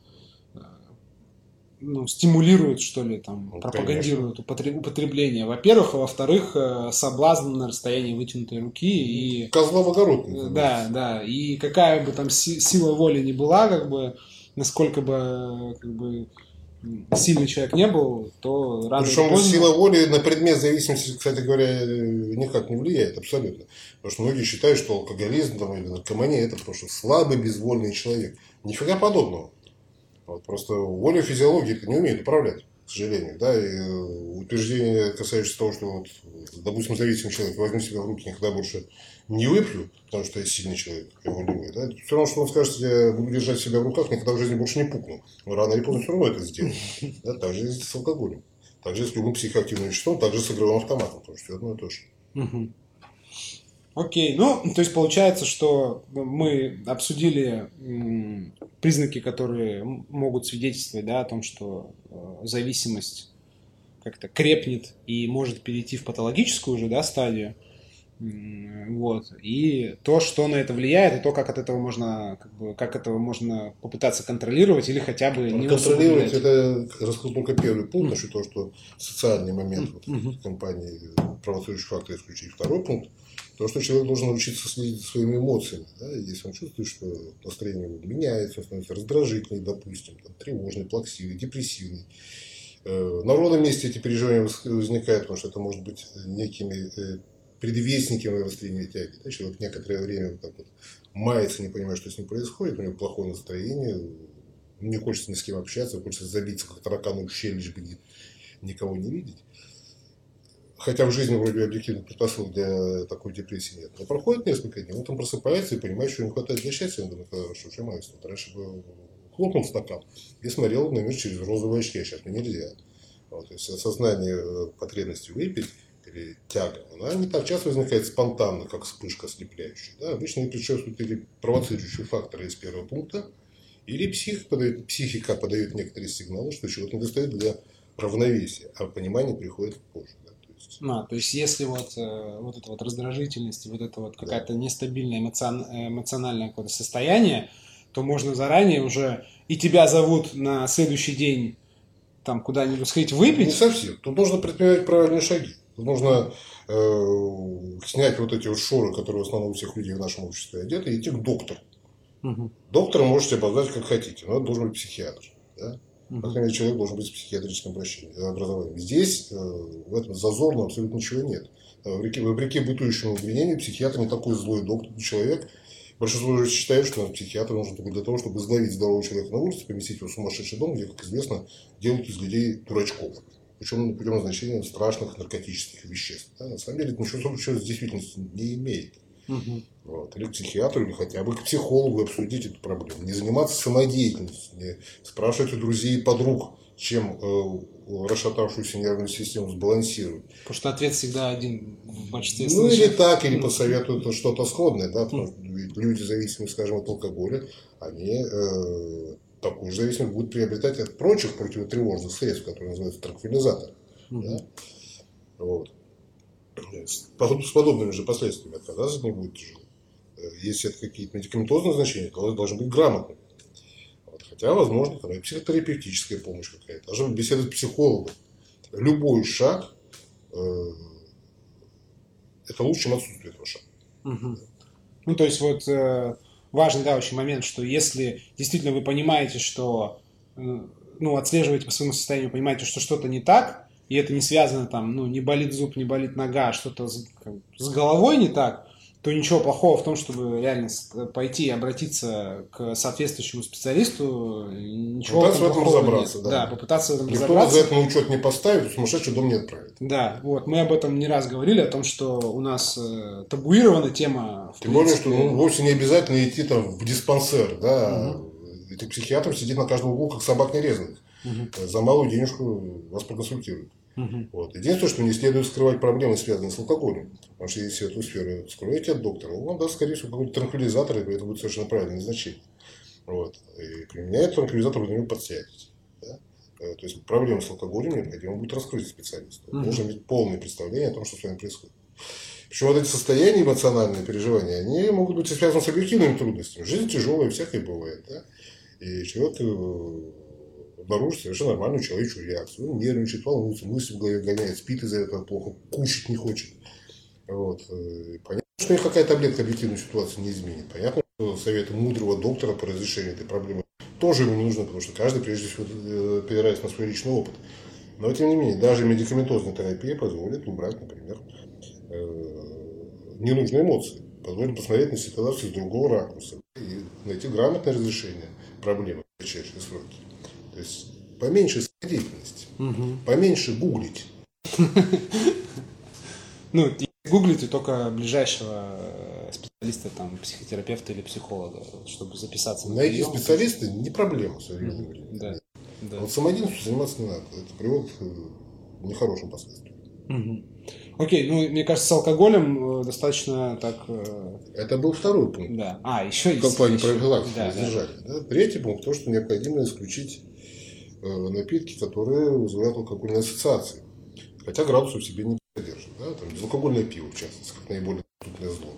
ну, стимулирует, что ли, там, ну, пропагандирует употребление, во-первых, а во-вторых, соблазн на расстоянии вытянутой руки и... Козла в огород. Да, да, и какая бы там сила воли ни была, как бы, насколько бы, как бы, сильный человек не был, то рано Причем или поздно... сила воли на предмет зависимости, кстати говоря, никак не влияет абсолютно. Потому что многие считают, что алкоголизм там, или наркомания – это просто слабый, безвольный человек. Нифига подобного. Вот, просто воля физиологии это не умеет управлять, к сожалению. Да? И утверждение, касающееся того, что, вот, допустим, зависимый человек, возьми себя в руки, никогда больше не выпью, потому что я сильный человек, я волевой. Да? Все равно, что он скажет, я буду держать себя в руках, никогда в жизни больше не пукну. Но рано или поздно все равно это сделает. Да? Так же и с алкоголем. Так же и с любым психоактивным веществом, так же с игровым автоматом. Потому что все одно и то же. Окей, ну, то есть получается, что мы обсудили м, признаки, которые могут свидетельствовать, да, о том, что э, зависимость как-то крепнет и может перейти в патологическую уже, да, стадию. Вот. И то, что на это влияет, и то, как от этого можно, как бы, как этого можно попытаться контролировать или хотя бы не контролировать. Это раскрыл только первый пункт, насчет того, что социальный момент вот, в компании провоцирующий фактор исключить. Второй пункт. То, что человек должен научиться следить за своими эмоциями. Да? Если он чувствует, что настроение меняется, он становится раздражительный, допустим, там, тревожный, плаксивый, депрессивный. На ровном месте эти переживания возникают, потому что это может быть некими предвестниками обострения тяги. Да? Человек некоторое время вот так вот мается, не понимая, что с ним происходит, у него плохое настроение, не хочется ни с кем общаться, хочется забиться как таракану в щель, лишь бы никого не видеть. Хотя в жизни вроде объективных предпосылок для такой депрессии нет. Но проходит несколько дней, он там просыпается и понимает, что ему хватает для счастья. Он думает, что чем маюсь. Раньше бы хлопнул стакан и смотрел на мир через розовые очки, а сейчас мне нельзя. Вот, то есть осознание потребности выпить или тяга, она не так часто возникает спонтанно, как вспышка ослепляющая. Да? Обычно предшествуют или провоцирующие факторы из первого пункта, или псих подает, психика подает некоторые сигналы, что чего-то недостает для равновесия, а понимание приходит позже. Да? А, то есть, если вот, э, вот эта вот раздражительность, вот это вот какая-то да. нестабильное эмоцион, эмоциональное какое-то состояние, то можно заранее уже и тебя зовут на следующий день там куда-нибудь сходить выпить. Не совсем. Тут нужно предпринимать правильные шаги. Тут нужно э, снять вот эти вот шоры, которые в основном у всех людей в нашем обществе одеты, и идти к доктору. Угу. Доктора можете обозвать как хотите, но это должен быть психиатр. Да? По крайней мере, человек должен быть с психиатрическим образованием. Здесь в этом зазорно абсолютно ничего нет. Вопреки, вопреки бытующему обвинению, психиатр не такой злой доктор, человек. Большинство людей считает, что психиатр нужен только для того, чтобы изловить здорового человека на улице, поместить его в сумасшедший дом, где, как известно, делают из людей дурачков. Причем путем назначения страшных наркотических веществ. Да? На самом деле это ничего общего с действительностью не имеет. Угу. Вот. Или к психиатру, или хотя бы к психологу обсудить эту проблему. Не заниматься самодеятельностью, не спрашивать у друзей и подруг, чем э, расшатавшуюся нервную систему сбалансировать. Потому что ответ всегда один в большинстве ну, случаев. Ну или так, или посоветуют что-то сходное. Да? Потому что люди, зависимые, скажем, от алкоголя, они э, такую же зависимость будут приобретать от прочих противотревожных средств, которые называются транквилизаторы. Угу. Да? Вот. С подобными же последствиями отказаться от них будет тяжело. Если это какие-то медикаментозные значения, то должны быть грамотными. Вот. Хотя, возможно, там и психотерапевтическая помощь какая-то. Даже беседа с психологом. Любой шаг э, это лучше, чем отсутствие этого шага. Угу. Ну, то есть, вот э, важный, да, очень момент, что если действительно вы понимаете, что э, ну, отслеживаете по своему состоянию, понимаете, что что-то не так, и это не связано, там, ну, не болит зуб, не болит нога, а что-то с, как, с головой не так, то ничего плохого в том, чтобы реально пойти и обратиться к соответствующему специалисту, ничего попытаться в этом разобраться, нет. Да. да, попытаться в этом Никто разобраться. за это на учет не поставит, в сумасшедший дом не отправит. Да, вот, мы об этом не раз говорили, о том, что у нас э, табуирована тема. Тем более, что ну, вовсе не обязательно идти там в диспансер, да, угу. Этих психиатров сидит на каждом углу, как собак нерезанных. Угу. За малую денежку вас проконсультируют. Угу. Вот. Единственное, что не следует скрывать проблемы, связанные с алкоголем. Потому что если эту сферу скроете от доктора, он вам даст, скорее всего, какой-то транквилизатор, и это будет совершенно правильное назначение. Вот. И применяет транквилизатор, вы на него подсядете. Да? То есть проблемы с алкоголем необходимо будет раскрыть специалисту. Он угу. должен иметь полное представление о том, что с вами происходит. Причем вот эти состояния, эмоциональные переживания, они могут быть связаны с объективными трудностями. Жизнь тяжелая, всякое бывает. Да? И человек обнаружит совершенно нормальную человеческую реакцию. Он нервничает, волнуется, мысли в голове гоняет, спит из-за этого плохо, кушать не хочет. Вот. Понятно, что никакая таблетка объективную ситуацию не изменит. Понятно, что советы мудрого доктора по разрешению этой проблемы тоже ему не нужны, потому что каждый прежде всего опирается на свой личный опыт. Но тем не менее, даже медикаментозная терапия позволит убрать, например, ненужные эмоции, позволит посмотреть на ситуацию с другого ракурса и найти грамотное разрешение проблемы в кратчайшие сроки. То есть поменьше самодеятельности, угу. поменьше гуглить. Ну, гуглите только ближайшего специалиста, там, психотерапевта или психолога, чтобы записаться на найти специалиста не проблема в современном времени. Да. Да. Вот самодеятельностью заниматься не надо. Это приводит к нехорошим последствиям. Угу. Окей, ну, мне кажется, с алкоголем достаточно так... Это был второй пункт. Да. А, еще есть. В плане профилактики да, воздержания. Да. Да. Третий пункт, то, что необходимо исключить напитки, которые вызывают алкогольные ассоциации. Хотя градусов в себе не содержат. Да. Там безалкогольное пиво, в частности, как наиболее доступное зло.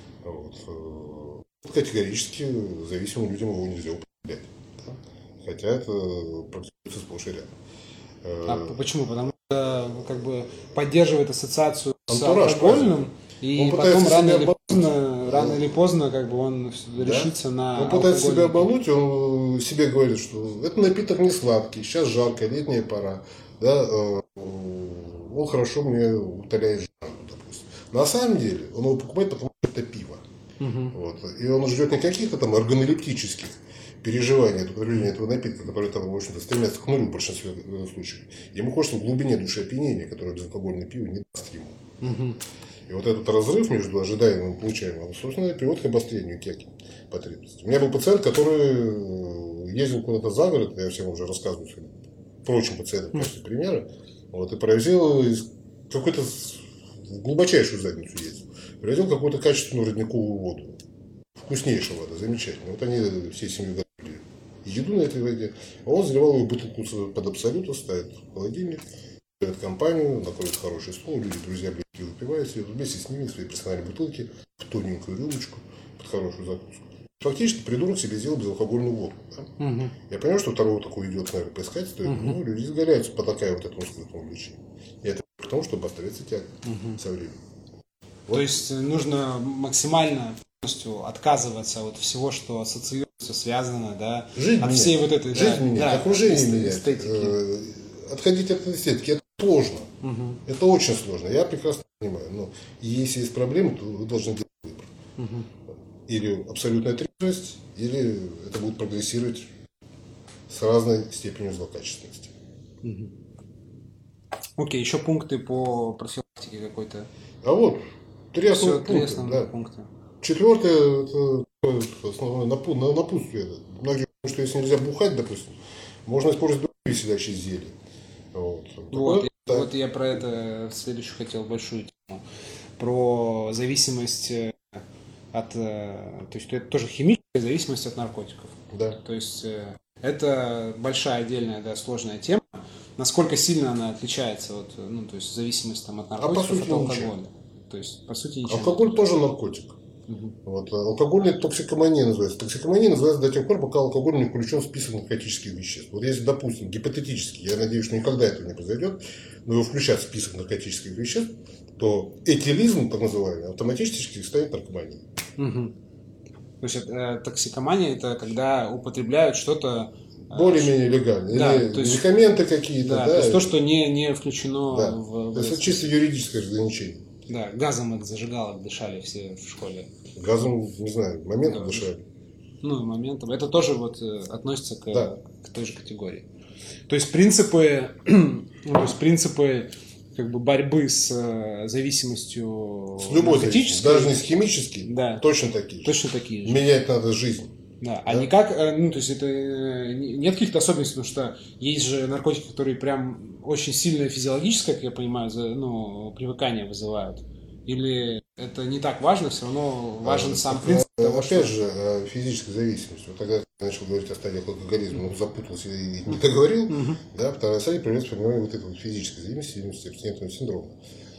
Вот. Категорически зависимым людям его нельзя употреблять. Да. Хотя это практикуется сплошь и рядом. А почему? Потому что как бы поддерживает ассоциацию Антураж, с алкогольным, и он потом рано или, обмануть. поздно, рано или поздно как бы он да? решится на Он пытается себя обмануть, он себе говорит, что этот напиток не сладкий, сейчас жарко, летняя пора, да, он хорошо мне утоляет жажду, допустим. На самом деле он его покупает, потому что это пиво. Угу. Вот. И он ждет не каких-то там органолептических переживания от употребления этого напитка, которые там, в общем-то, стремятся к нулю в большинстве случаев. Ему хочется в глубине души опьянения, которое безалкогольное пиво не даст ему. Угу. И вот этот разрыв между ожидаемым и получаемым, собственно, приводит к обострению кеки потребностей. У меня был пациент, который ездил куда-то за город, я всем уже рассказываю своим прочим пациентам в качестве примера, вот, и привозил какой-то в глубочайшую задницу ездил. Привозил какую-то качественную родниковую воду. Вкуснейшая вода, замечательно. Вот они всей семьей готовили еду на этой воде, а он заливал ее бутылку под абсолютно, ставит в холодильник, ставит компанию, накроет хороший стол, люди, друзья, близкие выпивают, и вместе с ними свои персональные бутылки в тоненькую рюмочку под хорошую закуску. Фактически придурок себе сделал безалкогольную воду. Да? Угу. Я понимаю, что второго такого идиота, наверное, поискать стоит, угу. но люди изгаляются по такая вот этому скрытому увлечению. И это потому, что обостряется тяга угу. со временем. Вот. То есть нужно максимально полностью отказываться от всего, что ассоциируется, связано, да, жизнь от менять. всей вот этой... Жизнь да, менять, да, окружение менять. Э, отходить от эстетики, это сложно. Угу. Это очень сложно. Я прекрасно понимаю. Но если есть проблемы, то вы должны делать выбор. Угу. Или абсолютная трезвость, или это будет прогрессировать с разной степенью злокачественности. Угу. Окей, еще пункты по профилактике какой-то. А вот, три основных пункта. Да. пункта. Четвертое, это основное напутствие. Многие думают, что если нельзя бухать, допустим, можно использовать другие веселящие зелья. Вот. Вот, и, да. вот я про это в следующую хотел большую тему. Про зависимость от... То есть это тоже химическая зависимость от наркотиков. Да. То есть это большая отдельная, да, сложная тема. Насколько сильно она отличается от, ну, то есть зависимость там, от наркотиков, а по сути, от алкоголя? Ничего. То есть, по сути, ничего. Алкоголь тоже наркотик. Угу. Вот. Алкогольная токсикомания называется. Токсикомания называется до тех пор, пока алкоголь не включен в список наркотических веществ. Вот если, допустим, гипотетически, я надеюсь, что никогда этого не произойдет, но его включат в список наркотических веществ, то этилизм, так называемый, автоматически станет наркоманией. Угу. То есть э, токсикомания – это когда употребляют что-то более-менее легально. Да, или то есть, медикаменты какие-то. Да, Да, то есть то, что не, не включено да. в... То есть это чисто юридическое разграничение. Да, газом от зажигалок дышали все в школе. Газом, не знаю, моментом да. дышали. Ну, моментом. Это тоже вот относится к, да. к той же категории. То есть принципы, то есть принципы как бы борьбы с зависимостью с любой зависимостью, даже не с химической, да. точно такие. Точно такие же. Менять надо жизнь. Да, а да? никак, ну, то есть это нет каких-то особенностей, потому что есть же наркотики, которые прям очень сильное физиологическое, как я понимаю, ну, привыкание вызывают. Или это не так важно, все равно важен а, сам так, принцип а, того, опять что... же, физическая зависимость. Вот тогда я начал говорить о стадиях алкоголизма, но запутался и не договорил. Mm-hmm. Да, вторая стадия проявляется при вот этой вот физической зависимости, зависимости абстинентного синдрома.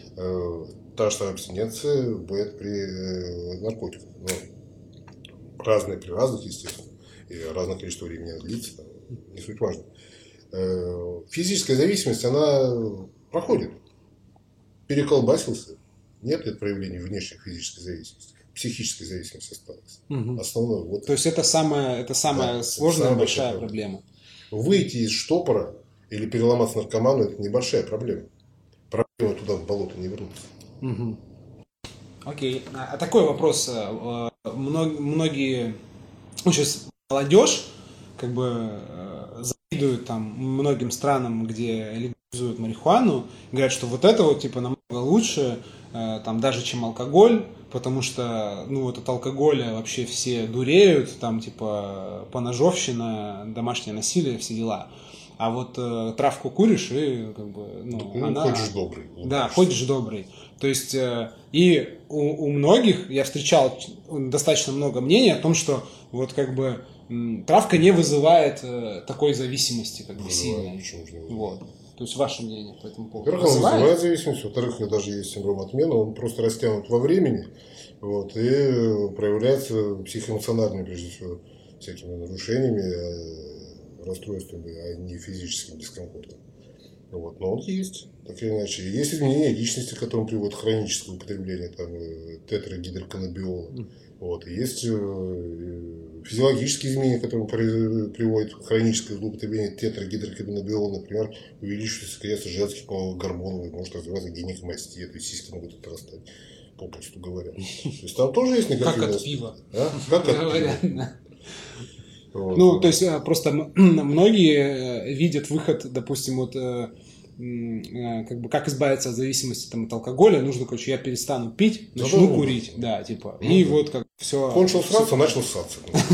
Та же самая абстиненция бывает при наркотиках. Но разные при разных, естественно, и разное количество времени длится, там, не суть важно. Физическая зависимость, она проходит. Переколбасился. Нет ли проявления внешней физической зависимости? Психической зависимости осталась. Угу. Основное. Вот То есть это самая, это самая да, сложная, самая большая проблема. проблема. Выйти из штопора или переломаться наркоману – это небольшая проблема. Проблема туда в болото не вернуться. Угу. Окей. А такой вопрос. Многие, ну, сейчас молодежь как бы завидуют там многим странам, где легализуют марихуану, говорят, что вот это вот типа намного лучше, там даже чем алкоголь, потому что ну вот от алкоголя вообще все дуреют, там типа поножовщина, домашнее насилие, все дела. А вот э, травку куришь и как бы ну, ну она... ходишь добрый. Да, ходишь добрый. То есть э, и у, у многих я встречал достаточно много мнений о том, что вот как бы м, травка не вызывает э, такой зависимости как бы сильной. Вот. То есть ваше мнение по этому поводу? Во-первых, он вызывает зависимость, во-вторых, у него даже есть синдром отмены, он просто растянут во времени, вот, и проявляется психоэмоциональными, прежде всего, всякими нарушениями, расстройствами, а не физическим дискомфортом. Вот. Но он есть, так или иначе. Есть изменения личности, к которым приводит хроническое употребление там, тетрагидроканнабиола. Mm. Вот. И есть физиологические изменения, к которым приводит хроническое злоупотребление тетрагидроканнабиола. Например, увеличивается секрет женских половых гормонов, и может развиваться гинекомастия, то есть сиськи могут отрастать, попросту говоря. То есть там тоже есть негативные... Как от пива. А? Как от пива. Вот. Ну, то есть просто многие видят выход, допустим, вот как бы как избавиться от зависимости там, от алкоголя, нужно, короче, я перестану пить, начну ну, курить, да, да типа, ну, и да. вот как все. Кончил все... сраться, начал ссаться.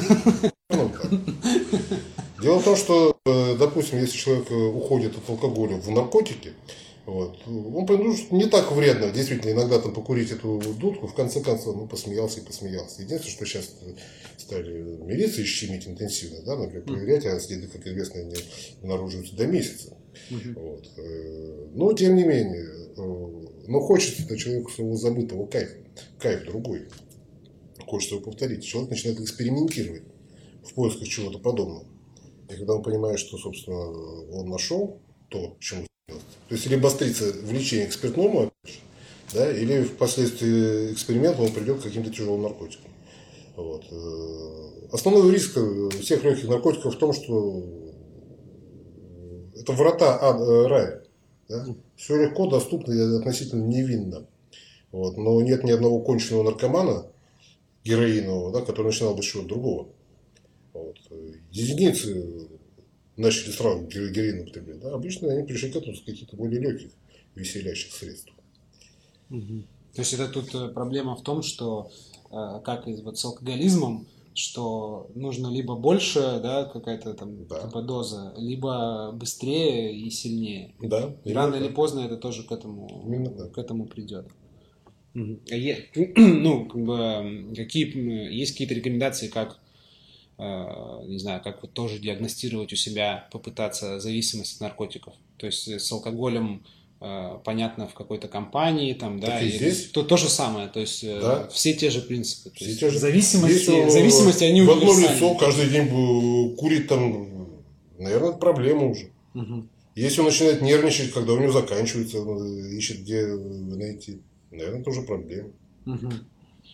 Дело в том, что, допустим, если человек уходит от алкоголя в наркотики, вот, он понимает, что не так вредно, действительно, иногда там покурить эту дудку, в конце концов, ну, посмеялся и посмеялся. Единственное, что сейчас стали милиции щемить интенсивно, да, например, проверять, а следы, как известно, не обнаруживаются до месяца. Uh-huh. Вот. Но, тем не менее, но хочется человеку своего забытого кайфа, кайф другой, хочется его повторить. Человек начинает экспериментировать в поисках чего-то подобного. И когда он понимает, что, собственно, он нашел то, чему то есть, либо острится влечение к спиртному, да, или впоследствии эксперимента он придет к каким-то тяжелым наркотикам. Вот. Основной риск всех легких наркотиков в том, что это врата ада, рая. Да? Все легко, доступно и относительно невинно. Вот. Но нет ни одного конченного наркомана героинового, да, который начинал бы с чего-то другого. Вот. Единицы начали сразу героин употреблять, да, обычно они пришли к этому с каких-то более легких, веселящих средств. Угу. То есть это тут проблема в том, что как и вот с алкоголизмом, что нужно либо больше, да, какая-то там да. типа доза, либо быстрее и сильнее. Да. И рано так. или поздно это тоже к этому, к этому придет. Угу. Ну, как бы, какие есть какие-то рекомендации, как не знаю, как вот тоже диагностировать у себя, попытаться зависимость от наркотиков. То есть с алкоголем понятно в какой-то компании, там, да, и здесь то, то же самое, то есть да. все те же принципы. То все есть те же... зависимости, Если зависимости они в одно лицо каждый день курит там, наверное, это проблема уже. Угу. Если он начинает нервничать, когда у него заканчивается, ищет где найти, наверное, это уже проблема. Угу.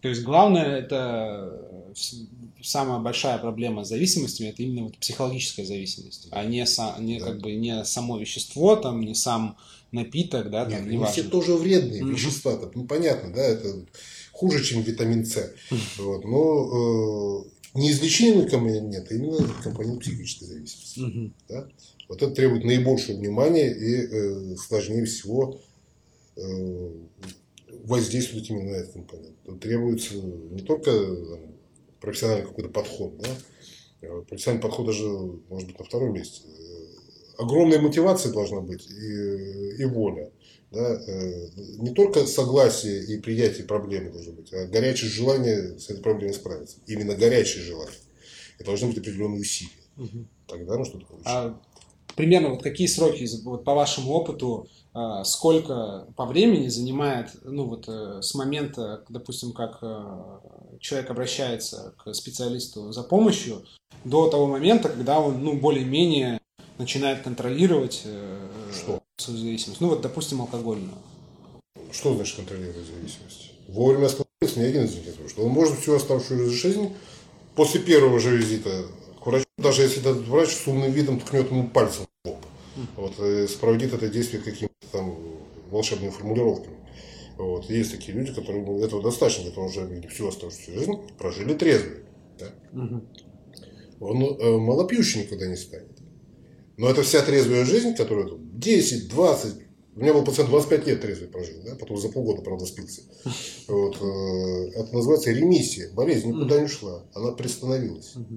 То есть главное, это самая большая проблема с зависимостями, это именно вот психологическая зависимость, а не, са, не, да. как бы, не само вещество, там, не сам напиток, да, там, Нет, не они все тоже вредные mm-hmm. вещества, там, ну понятно, да, это хуже, чем витамин С, mm-hmm. вот, но э, неизлечимый компонент нет, а именно компонент психической зависимости, mm-hmm. да? Вот это требует наибольшего внимания и э, сложнее всего э, воздействовать именно на этот компонент. Тут требуется не только там, профессиональный какой-то подход, да? Профессиональный подход даже может быть на втором месте. Огромная мотивация должна быть и, и воля. Да? Не только согласие и приятие проблемы должно быть, а горячее желание с этой проблемой справиться. Именно горячее желание. И должны быть определенные усилия. Угу. Тогда ну что-то получится. А примерно вот какие сроки, вот, по вашему опыту, сколько по времени занимает, ну вот с момента, допустим, как человек обращается к специалисту за помощью, до того момента, когда он, ну, более-менее начинает контролировать что? Свою зависимость. Ну вот, допустим, алкогольную. Что значит контролировать зависимость? Вовремя остановиться ни один из них не может. Он может всю оставшуюся жизнь после первого же визита к врачу, даже если этот врач с умным видом ткнет ему пальцем в лоб, вот, и сопроводит это действие какими-то там волшебными формулировками. Вот. Есть такие люди, которые ну, этого достаточно, для того, чтобы всю оставшуюся жизнь прожили трезвые. Да? Угу. Он э, малопьющий никогда не станет. Но это вся трезвая жизнь, которая десять, двадцать, у меня был пациент двадцать пять лет трезвый прожил, да? Потом за полгода, правда, спился. Вот. Э, это называется ремиссия. Болезнь никуда не ушла, она приостановилась. Угу.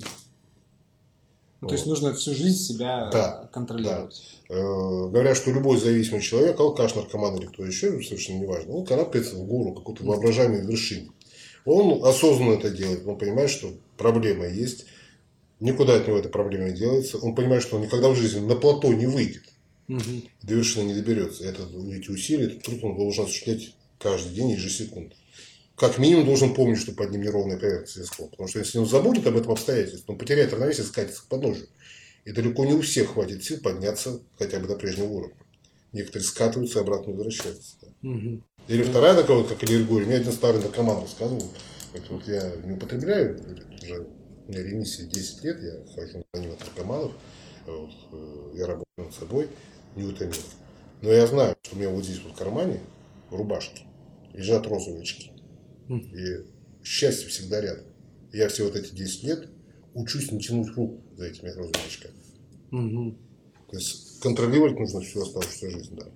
Ну, вот. То есть нужно всю жизнь себя да, контролировать. Да. Э, говорят, что любой зависимый человек, алкаш, наркоман или кто еще, совершенно неважно, он карабкается в гору какой-то воображаемой вершине. Он осознанно это делает, он понимает, что проблема есть, никуда от него эта проблема не делается, он понимает, что он никогда в жизни на плато не выйдет, угу. до вершины не доберется. Это, эти усилия, этот труд он должен осуществлять каждый день, ежесекундно. Как минимум должен помнить, что под ним неровная поверхность лесов. Потому что если он забудет об этом обстоятельстве, он потеряет равновесие и скатится к подножию. И далеко не у всех хватит сил подняться хотя бы до прежнего уровня. Некоторые скатываются и обратно возвращаются. Угу. Или вторая такая вот, как аллергия. Мне один старый наркоман рассказывал. Вот я не употребляю, уже у меня ремиссия десять лет, я хожу на ним от наркоманов, вот, я работаю над собой, неутомимо. Но я знаю, что у меня вот здесь вот в кармане, в рубашке, лежат розовые очки. И счастье всегда рядом. Я все вот эти десять лет учусь не тянуть руку за этими розовыми очками. Угу. То есть контролировать нужно всю оставшуюся жизнь, да.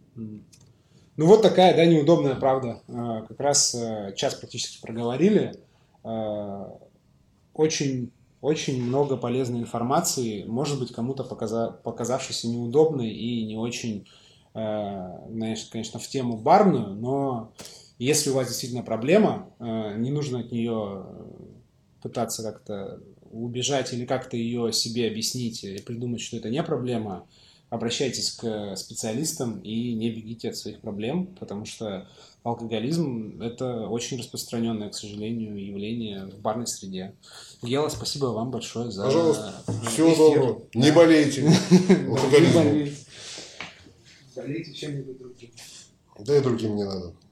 Ну вот такая, да, неудобная правда. Как раз час практически проговорили. Очень, очень много полезной информации, может быть, кому-то показа- показавшейся неудобной и не очень, конечно, в тему барную, но если у вас действительно проблема, не нужно от нее пытаться как-то убежать или как-то ее себе объяснить и придумать, что это не проблема. Обращайтесь к специалистам и не бегите от своих проблем, потому что алкоголизм – это очень распространенное, к сожалению, явление в барной среде. Гела, спасибо вам большое за Пожалуйста, всего доброго. Не болейте алкоголизмом. Болейте чем-нибудь другим. Да и другим не надо.